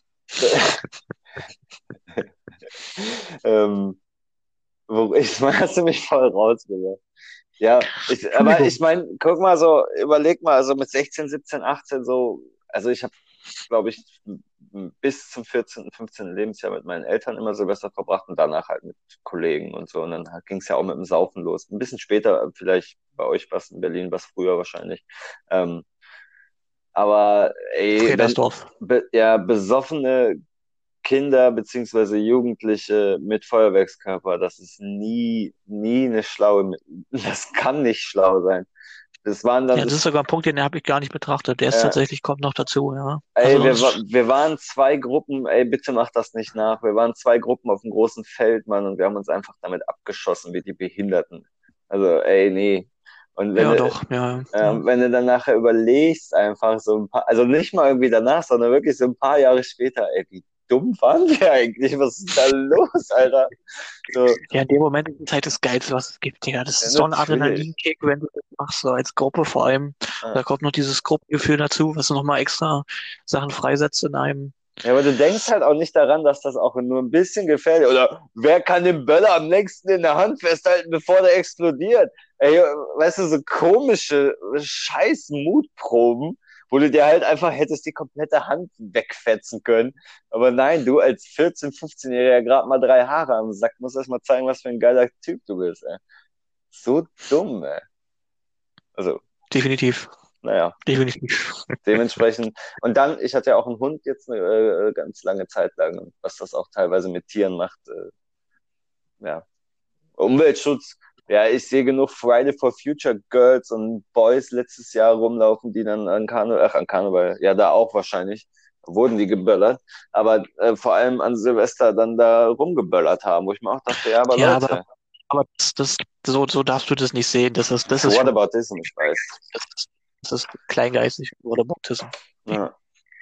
ähm, wo, ich meine, hast du mich voll rausgebracht. Ja, ich, aber Entschuldigung. ich meine, guck mal so, überleg mal, also mit sechzehn, siebzehn, achtzehn so, also ich habe, glaube ich, m- bis zum vierzehnten., fünfzehnten. Lebensjahr mit meinen Eltern immer Silvester verbracht und danach halt mit Kollegen und so. Und dann ging es ja auch mit dem Saufen los. Ein bisschen später, vielleicht bei euch was in Berlin, was früher wahrscheinlich. Ähm, aber ey, wenn Fredersdorf. be, ja, besoffene Kinder beziehungsweise Jugendliche mit Feuerwerkskörper, das ist nie, nie eine schlaue, das kann nicht schlau sein. Das waren dann, Ja, das ist das, sogar ein Punkt, den habe ich gar nicht betrachtet. Der ist äh, tatsächlich, kommt noch dazu, ja. ey, Also wir, wa- das, wir waren zwei Gruppen, ey, bitte mach das nicht nach. Wir waren zwei Gruppen auf einem großen Feld, Mann, und wir haben uns einfach damit abgeschossen wie die Behinderten. Also, ey, nee. Und wenn ja du, doch, ja, ja. ähm, wenn du dann nachher überlegst, einfach so ein paar, also nicht mal irgendwie danach, sondern wirklich so ein paar Jahre später, ey, wie dumm waren wir eigentlich? Was ist da los, Alter? So, Ja, in dem Moment ist es halt das Geilste, was es gibt, Digga. Das ja, ist so ein natürlich. Adrenalinkick, wenn du das machst, so als Gruppe vor allem. Ja. Da kommt noch dieses Gruppengefühl dazu, was nochmal extra Sachen freisetzt in einem. Ja, aber du denkst halt auch nicht daran, dass das auch nur ein bisschen gefährlich ist. Oder wer kann den Böller am längsten in der Hand festhalten, bevor der explodiert? Ey, weißt du, so komische scheiß Mutproben, wo du dir halt einfach hättest die komplette Hand wegfetzen können. Aber nein, du als vierzehn-, fünfzehn-Jähriger gerade mal drei Haare am Sack, musst erst mal zeigen, was für ein geiler Typ du bist, ey. So dumm, ey. Also, Definitiv, naja. definitiv. Dementsprechend, und dann, ich hatte ja auch einen Hund jetzt eine äh, ganz lange Zeit lang, und was das auch teilweise mit Tieren macht, äh, ja. Umweltschutz, ja, ich sehe genug Friday for Future Girls und Boys letztes Jahr rumlaufen, die dann an Karneval, ach, an Karneval, ja, da auch wahrscheinlich, wurden die geböllert, aber äh, vor allem an Silvester dann da rumgeböllert haben, wo ich mir auch dachte, ja, aber Ja, aber, Leute, aber das, das, so, so darfst du das nicht sehen. Das ist, das ist what schon, about this? Ich weiß. das ist, das ist kleingeistig oder Baptism. Ja.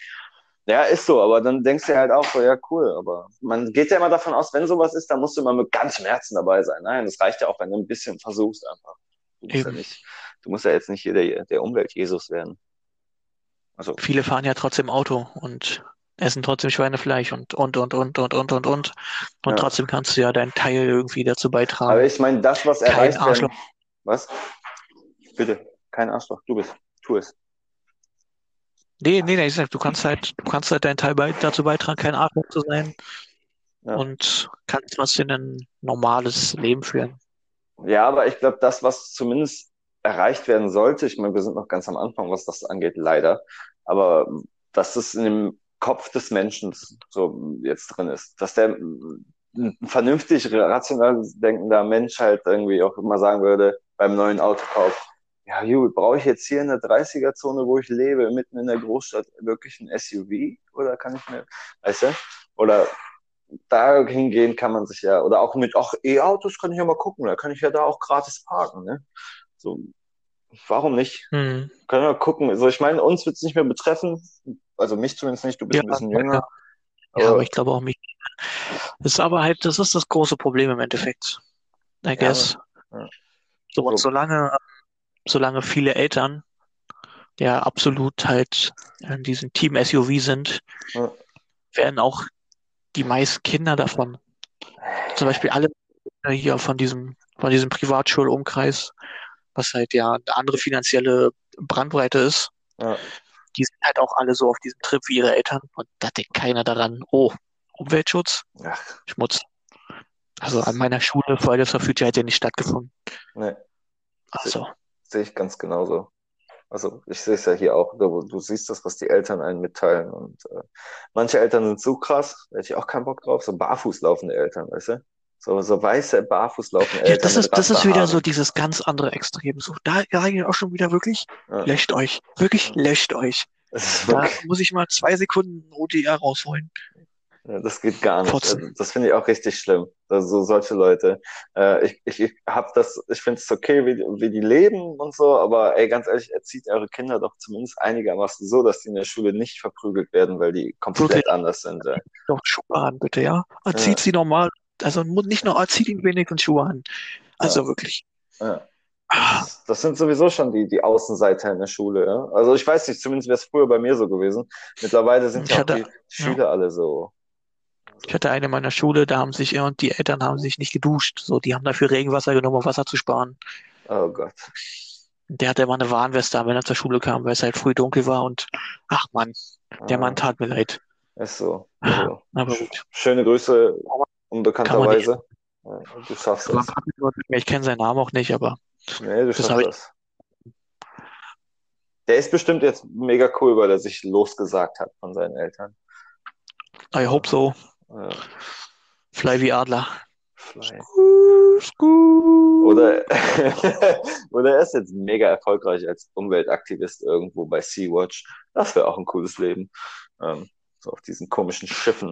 Ja, ist so, aber dann denkst du halt auch so, ja, cool, aber man geht ja immer davon aus, wenn sowas ist, dann musst du immer mit ganzem Herzen dabei sein. Nein, das reicht ja auch, wenn du ein bisschen versuchst einfach. Du musst ja Eben. nicht, du musst ja jetzt nicht der, der Umwelt-Jesus werden. Also, Viele fahren ja trotzdem Auto und essen trotzdem Schweinefleisch und, und, und, und, und, und, und, und. Und ja. trotzdem kannst du ja deinen Teil irgendwie dazu Aber beitragen. ich meine, das, was Kein erreicht werden, Arschloch. was? Bitte, kein Arschloch, du bist, tu es. Nee, nee, nee, ich sag, du kannst halt, du kannst halt deinen Teil bei, dazu beitragen, kein Arschloch zu sein Ja. und kannst trotzdem ein normales Leben führen. Ja, aber ich glaube, das, was zumindest erreicht werden sollte, ich meine, wir sind noch ganz am Anfang, was das angeht, leider, aber dass es in dem Kopf des Menschen so jetzt drin ist, dass der ein vernünftig, rational denkender Mensch halt irgendwie auch immer sagen würde, beim neuen Autokauf, ja, gut, brauche ich jetzt hier in der dreißiger-Zone, wo ich lebe, mitten in der Großstadt, wirklich ein S U V? Oder kann ich mir, weißt du? Oder da hingehen kann man sich ja, oder auch mit auch E-Autos kann ich ja mal gucken, da kann ich ja da auch gratis parken, ne? So, warum nicht? Hm. Können wir gucken. Also ich meine, uns wird es nicht mehr betreffen, also mich zumindest nicht, du bist Ja, ein bisschen ja, jünger, ja, aber aber ich glaube auch nicht. Das ist aber halt, das ist das große Problem im Endeffekt, I ja, guess. ja, So, und so, solange, solange viele Eltern ja absolut halt in diesem Team-S U V sind, ja, werden auch die meisten Kinder davon, zum Beispiel alle hier von diesem, von diesem Privatschulumkreis, was halt ja eine andere finanzielle Bandbreite ist, ja, die sind halt auch alle so auf diesem Trip wie ihre Eltern und da denkt keiner daran, oh, Umweltschutz, ach, Schmutz. das Also an ist, meiner Schule Fridays for Future hat ja nicht stattgefunden. ne, sehe Also, seh ich ganz genauso. Also ich sehe es ja hier auch, du, du siehst das, was die Eltern einen mitteilen und äh, manche Eltern sind so krass, da hätte ich auch keinen Bock drauf, so barfuß laufende Eltern, weißt du? So, so weiße, barfuß laufende ja, Eltern das mit ist, das ist wieder so Rasterhaaren. dieses ganz andere Extrem. So, da sage ich auch schon wieder wirklich, Ja, löscht euch. Wirklich, löscht euch. das ist Da wirklich, muss ich mal zwei Sekunden O D R rausholen. ja, das geht gar nicht. Fotzen. Also, das finde ich auch richtig schlimm. Also so solche Leute. Äh, ich ich, ich habe das, ich finde es okay, wie, die- wie die leben und so, aber ey, ganz ehrlich, erzieht eure Kinder doch zumindest einigermaßen so, dass die in der Schule nicht verprügelt werden, weil die Wirklich, komplett anders sind. Ey. doch Schuhe an, bitte, ja? Erzieht Ja, sie normal. Also mu- nicht nur, erzieht ihn wenigstens Schuhe an. ja, Also wirklich. ja. Ah, Das, das sind sowieso schon die, die Außenseiter in der Schule. Ja? Also ich weiß nicht, zumindest wäre es früher bei mir so gewesen. Mittlerweile sind Ich ja auch hatte, die ja, Schüler alle so. ich Also, hatte eine in meiner Schule, da haben sich, und die Eltern haben sich nicht geduscht. So, die haben dafür Regenwasser genommen, um Wasser zu sparen. oh Gott. Und der hatte immer eine Warnweste an, wenn er zur Schule kam, weil es halt früh dunkel war und ach Mann, der Mann Ah, tat mir leid. ist so. Also, Aber sch gut, schöne Grüße, kann man nicht. unbekannterweise. Ja, du schaffst Aber ein das. paar Leute, ich kenne seinen Namen auch nicht, aber Nee, du das schaffst habe ich. das. Der ist bestimmt jetzt mega cool, weil er sich losgesagt hat von seinen Eltern. I hope Aber, so. ja, Fly wie Adler. Fly. Skuu, skuu. Oder, oder er ist jetzt mega erfolgreich als Umweltaktivist irgendwo bei Sea-Watch. Das wäre auch ein cooles Leben. Ähm, so auf diesen komischen Schiffen.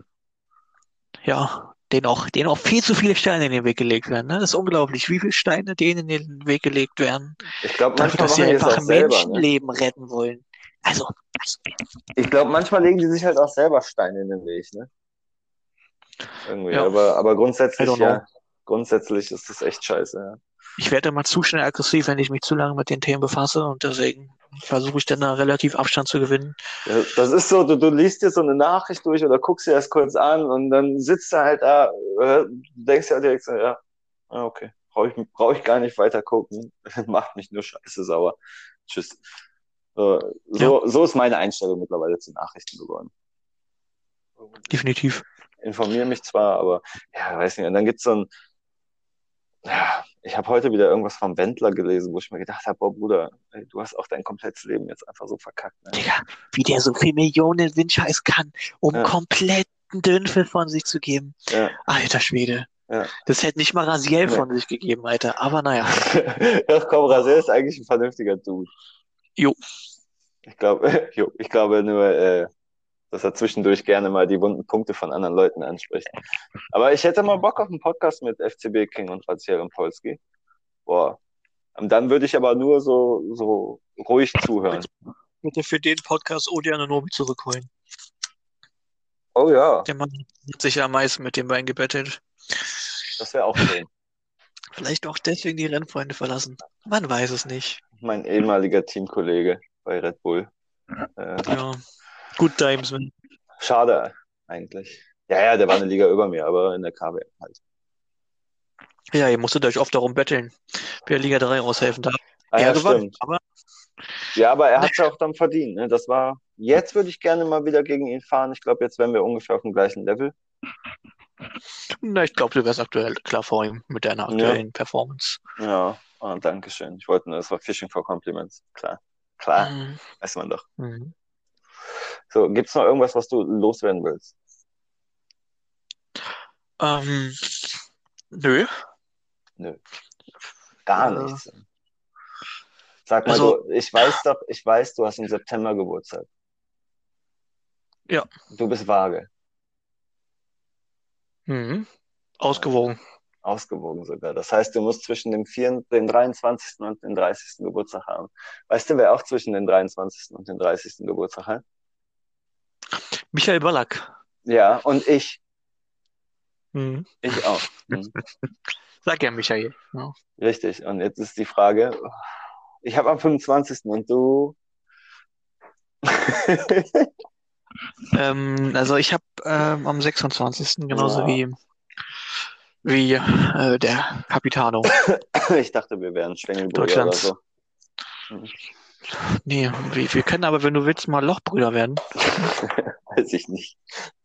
Ja, denen auch, denen auch viel zu viele Steine in den Weg gelegt werden. Ne? Das ist unglaublich, wie viele Steine denen in den Weg gelegt werden, Ich glaube, dafür, manchmal dass sie machen die es einfach auch selber, ne? Menschenleben retten wollen. Also, Ich glaube, manchmal legen die sich halt auch selber Steine in den Weg, ne? Irgendwie. ja, Aber, aber I grundsätzlich, don't know. ja, grundsätzlich ist das echt scheiße, ja. Ich werde immer zu schnell aggressiv, wenn ich mich zu lange mit den Themen befasse und deswegen versuche ich dann da relativ Abstand zu gewinnen. Ja, das ist so, du, du liest dir so eine Nachricht durch oder guckst dir das kurz an und dann sitzt du halt da, äh, du denkst ja direkt so, ja, ah, okay, brauche ich, brauch ich gar nicht weiter gucken, macht mich nur scheiße sauer. Tschüss. So, Ja, so, so ist meine Einstellung mittlerweile zu Nachrichten geworden. definitiv. Informiere mich zwar, aber ja, weiß nicht. Und dann gibt's so ein, ja, ich habe heute wieder irgendwas vom Wendler gelesen, wo ich mir gedacht habe, boah, Bruder, ey, du hast auch dein komplettes Leben jetzt einfach so verkackt. Ne? Digga, wie der so viel Millionen Windscheiß kann, um Ja, kompletten Dünnpfiff von sich zu geben. ja, Alter Schwede. ja. Das hätte nicht mal Raziel Nee. von sich gegeben, Alter. Aber naja. Ach komm, Rasel ist eigentlich ein vernünftiger Dude. Jo, Ich glaube, jo, ich glaube nur, äh, dass er zwischendurch gerne mal die wunden Punkte von anderen Leuten anspricht. Aber ich hätte mal Bock auf einen Podcast mit F C B King und Raziel und Polski. Boah. Und dann würde ich aber nur so, so ruhig zuhören. bitte für den Podcast Odi Ananobi zurückholen. Oh ja, Der Mann hat sich ja am meisten mit den beiden gebettelt. das wäre auch schön. Vielleicht auch deswegen die Rennfreunde verlassen. Man weiß es nicht. Mein ehemaliger Teamkollege bei Red Bull. Äh, Ja, good times, man. schade eigentlich. Ja, ja, der war eine Liga über mir, aber in der K W M halt. Ja, ihr musstet euch oft darum betteln, wer Liga drei aushelfen darf. Ah Er ja, gewann, stimmt. aber Ja, aber er ne, hat es ja auch dann verdient. Ne? Das war, Jetzt würde ich gerne mal wieder gegen ihn fahren. Ich glaube, jetzt wären wir ungefähr auf dem gleichen Level. Na, ich glaube, du wärst aktuell klar vor ihm mit deiner Ja, aktuellen Performance. ja. Oh, danke schön. Ich wollte nur, das war Fishing for Compliments. Klar, klar, Mhm. weiß man doch. Mhm. So, gibt's noch irgendwas, was du loswerden willst? Ähm, nö. Nö, gar Äh, nichts. Sag mal, also, du, ich weiß doch, ich weiß, du hast im September Geburtstag. ja. Du bist vage. Mhm. Äh, Ausgewogen. ausgewogen sogar. Das heißt, du musst zwischen dem vier, dem dreiundzwanzigsten und dem dreißigsten Geburtstag haben. Weißt du, wer auch zwischen dem dreiundzwanzigsten und dem dreißigsten Geburtstag hat? Michael Ballack. Ja, und ich. Mhm. Ich auch. Mhm. Sag ja Michael. Ja. Richtig. Und jetzt ist die Frage, ich habe am fünfundzwanzigsten und du? Ähm, also ich habe ähm, am sechsundzwanzigsten genauso Ja. wie, wie äh, der Capitano Ich dachte, wir wären Schwengelbrüder oder Deutschlands. so. Mhm. Nee, wir, wir können aber, wenn du willst, mal Lochbrüder werden. Weiß ich nicht.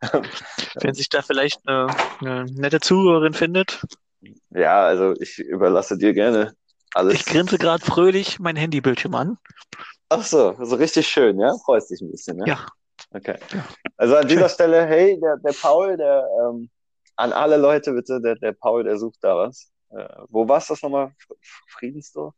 Wenn sich da vielleicht eine, eine nette Zuhörerin findet. Ja, also ich überlasse dir gerne Ich alles. grinse gerade fröhlich mein Handybildschirm an. Ach so, so richtig schön, ja? Freust dich ein bisschen, ne? Ja, Okay. ja, Also an dieser schön. Stelle, hey, der, der Paul, der, ähm, an alle Leute bitte, der, der Paul, der sucht da was. Äh, wo war's das nochmal? F- Friedensdorf?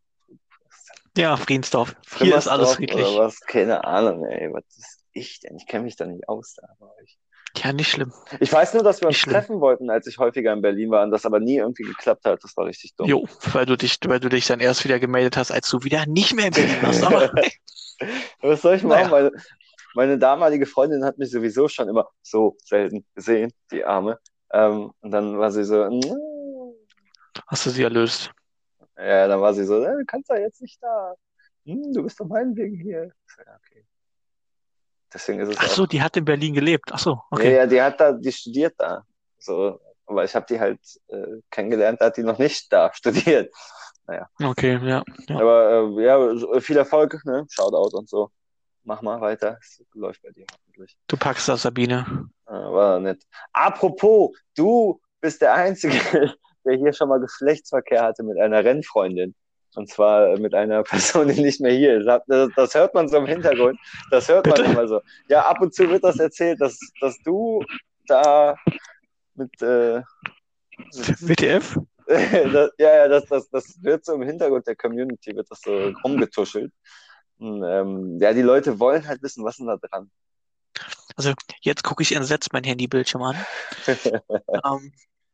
Ja, Friedensdorf. Hier ist alles Frimmersdorf oder friedlich. was? Keine Ahnung, ey. Was ist ich denn? Ich kenne mich da nicht aus da bei euch. Ja, nicht schlimm. Ich weiß nur, dass wir Nicht uns schlimm. treffen wollten, als ich häufiger in Berlin war und das aber nie irgendwie geklappt hat. Das war richtig dumm. Jo, weil du dich, weil du dich dann erst wieder gemeldet hast, als du wieder nicht mehr in Berlin warst. Aber Was soll ich machen? naja, Meine, meine damalige Freundin hat mich sowieso schon immer so selten gesehen, die Arme. Ähm, und dann war sie so, "Mm." hast du sie erlöst. Ja, dann war sie so, "Äh, du kannst doch jetzt nicht da. Hm, du bist doch meinetwegen hier. Ich so, ja, okay. Deswegen ist es Ach so, auch. die hat in Berlin gelebt. Ach so, Ja, okay. ja, die hat da, die studiert da. So, aber ich habe die halt äh, kennengelernt, da hat die noch nicht da studiert. Naja. Okay, ja, ja. Aber äh, ja, so, viel Erfolg, ne? Shoutout und so. Mach mal weiter. Es läuft bei dir hoffentlich. Du packst das, Sabine. Äh, war nett. Apropos, du bist der Einzige, der hier schon mal Geschlechtsverkehr hatte mit einer Rennfreundin. Und zwar mit einer Person, die nicht mehr hier ist. Hab- Das, das hört man so im Hintergrund. Das hört man Bitte? immer so. Ja, ab und zu wird das erzählt, dass, dass du da mit, äh, mit W T F? das, ja, ja, das, das, das wird so im Hintergrund der Community, wird das so rumgetuschelt. Und, ähm, ja, die Leute wollen halt wissen, was ist denn da dran? Also jetzt gucke ich entsetzt mein Handybildschirm an. Ähm,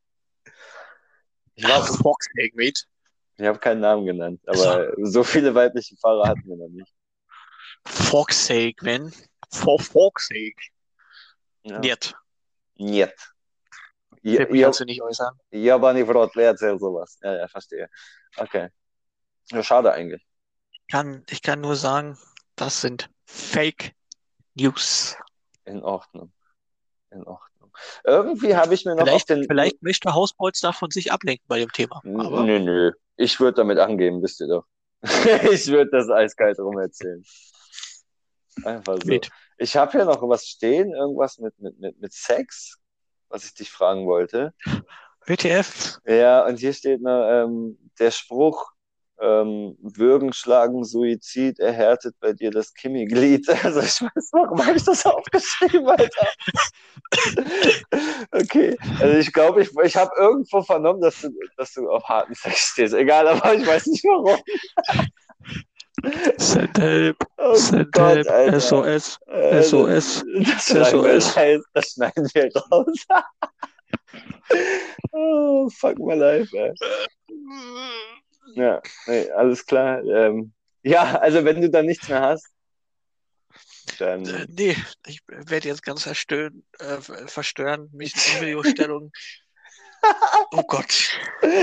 Ich war, Fox Mate. ich habe keinen Namen genannt, Also, aber so viele weibliche Fahrer hatten wir noch nicht. Fox sake, man. For Fox sake. Ja. Niet. Niet. Ich werde mich Ja, dazu nicht äußern. Jabani Vrot, wer erzählt sowas? Ja, ja, verstehe. Okay. Ja, schade eigentlich. Kann, ich kann nur sagen, das sind Fake News. In Ordnung. In Ordnung. Irgendwie habe ich mir noch auf Vielleicht, den. vielleicht möchte Hausbolz davon sich ablenken bei dem Thema. Aber Nö, nö. Ich würde damit angeben, wisst ihr doch. Ich würde das eiskalt rum erzählen. Einfach so. Wild. Ich habe hier noch was stehen, irgendwas mit, mit, mit, mit Sex, was ich dich fragen wollte. W T F. Ja, und hier steht noch ähm, der Spruch, ähm, Würgen, Schlagen, Suizid erhärtet bei dir das Kimi-Glied. Also ich weiß, warum habe ich das aufgeschrieben, Alter? Okay, also ich glaube, ich, ich habe irgendwo vernommen, dass du, dass du auf harten Sex stehst. Egal, aber ich weiß nicht warum. Send help. Oh Send Gott, help. Alter. S O S. Äh, S O S. Das schneiden, wir, S O S. rein, das schneiden wir raus. Oh, fuck my life, ey. Ja, nee, alles klar. Ähm, ja, also wenn du da nichts mehr hast, dann. Äh, nee, ich werde jetzt ganz verstören, äh, verstören, mich in Embryo-Stellung. Oh Gott.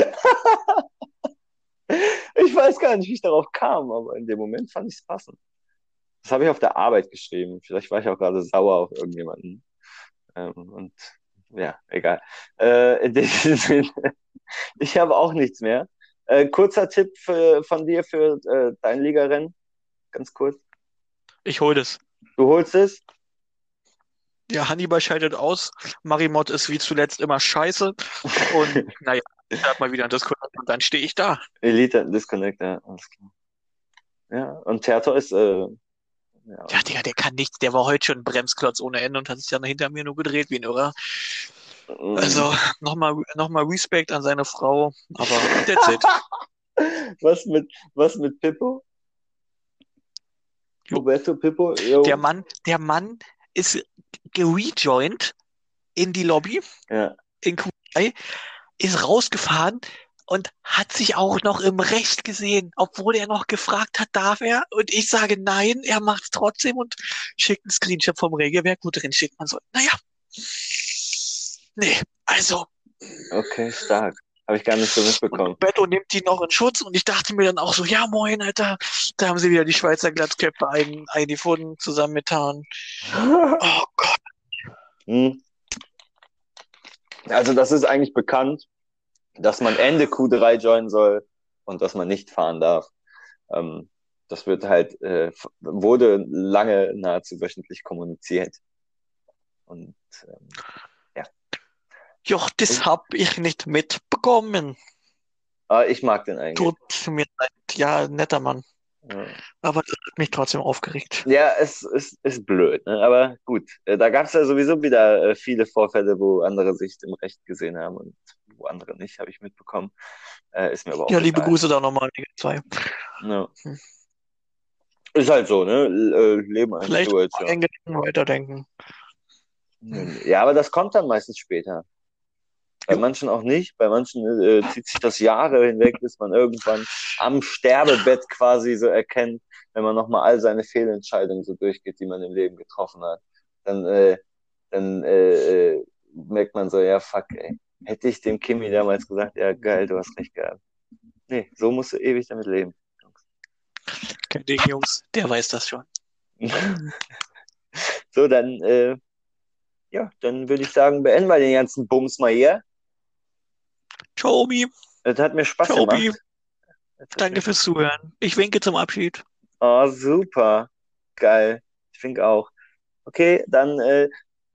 Ich weiß gar nicht, wie ich darauf kam, aber in dem Moment fand ich es passend. Das habe ich auf der Arbeit geschrieben. Vielleicht war ich auch gerade sauer auf irgendjemanden. Ähm, und ja, egal. Äh, in diesem Sinne, ich habe auch nichts mehr. Äh, kurzer Tipp für, von dir für äh, dein Ligarennen. Ganz kurz. Ich hol das. Du holst es? Ja, Hannibal scheidet aus. Marimot ist wie zuletzt immer scheiße. Und naja, ich hab mal wieder ein Disconnect und dann stehe ich da. Elite Disconnect, ja, alles klar. Ja, und Tertor ist, äh, ja, Ja, Digga, der kann nichts. Der war heute schon ein Bremsklotz ohne Ende und hat sich dann hinter mir nur gedreht wie ein Irrer. mm. Also nochmal noch mal Respekt an seine Frau, aber that's it. Was mit, was mit Pippo? Jo. Roberto Pippo? Jo. Der Mann, der Mann ist gerejoint in die Lobby Ja. in Q drei, ist rausgefahren und hat sich auch noch im Recht gesehen, obwohl er noch gefragt hat, darf er? Und ich sage nein, er macht es trotzdem und schickt einen Screenshot vom Regelwerk, wo drin steht, man soll, naja, nee, also. Okay, stark. Habe ich gar nicht so mitbekommen. Und Beto nimmt die noch in Schutz und ich dachte mir dann auch so, ja moin, Alter, da haben sie wieder die Schweizer Glatzköpfe ein, eingefunden, zusammengetan. Oh Gott. Hm. Also das ist eigentlich bekannt, dass man Ende Q drei joinen soll und dass man nicht fahren darf. Ähm, das wird halt, äh, wurde lange nahezu wöchentlich kommuniziert. Und ähm, ja. Joch, das hab ich nicht mitbekommen. Aber ich mag den eigentlich. Tut mir leid. Ja, netter Mann. Ja. Aber das hat mich trotzdem aufgeregt. Ja, es ist, ist blöd, ne? Aber gut. Äh, Da gab es ja sowieso wieder äh, viele Vorfälle, wo andere sich im Recht gesehen haben und wo andere nicht, habe ich mitbekommen. Äh, ist mir aber auch Ja, liebe egal. Grüße da nochmal an die zwei. Ja. Hm. Ist halt so, ne? L- äh, Leben als Vielleicht Situation. eng Gedanken weiterdenken. Ja, aber das kommt dann meistens später. Bei Jo. manchen auch nicht. Bei manchen äh, zieht sich das Jahre hinweg, bis man irgendwann am Sterbebett quasi so erkennt, wenn man nochmal all seine Fehlentscheidungen so durchgeht, die man im Leben getroffen hat. Dann, äh, dann äh, äh, merkt man so, ja, fuck, ey. Hätte ich dem Kimi damals gesagt, ja, geil, du hast recht gehabt. Nee, so musst du ewig damit leben. Kein Ding, Jungs. Der weiß das schon. So, dann, äh, ja, dann würde ich sagen, beenden wir den ganzen Bums mal hier. Ciao, Omi. Das hat mir Spaß Ciao, Obi. gemacht. Danke fürs Zuhören. Ich winke zum Abschied. Oh, super. Geil. Ich finde auch. Okay, dann äh,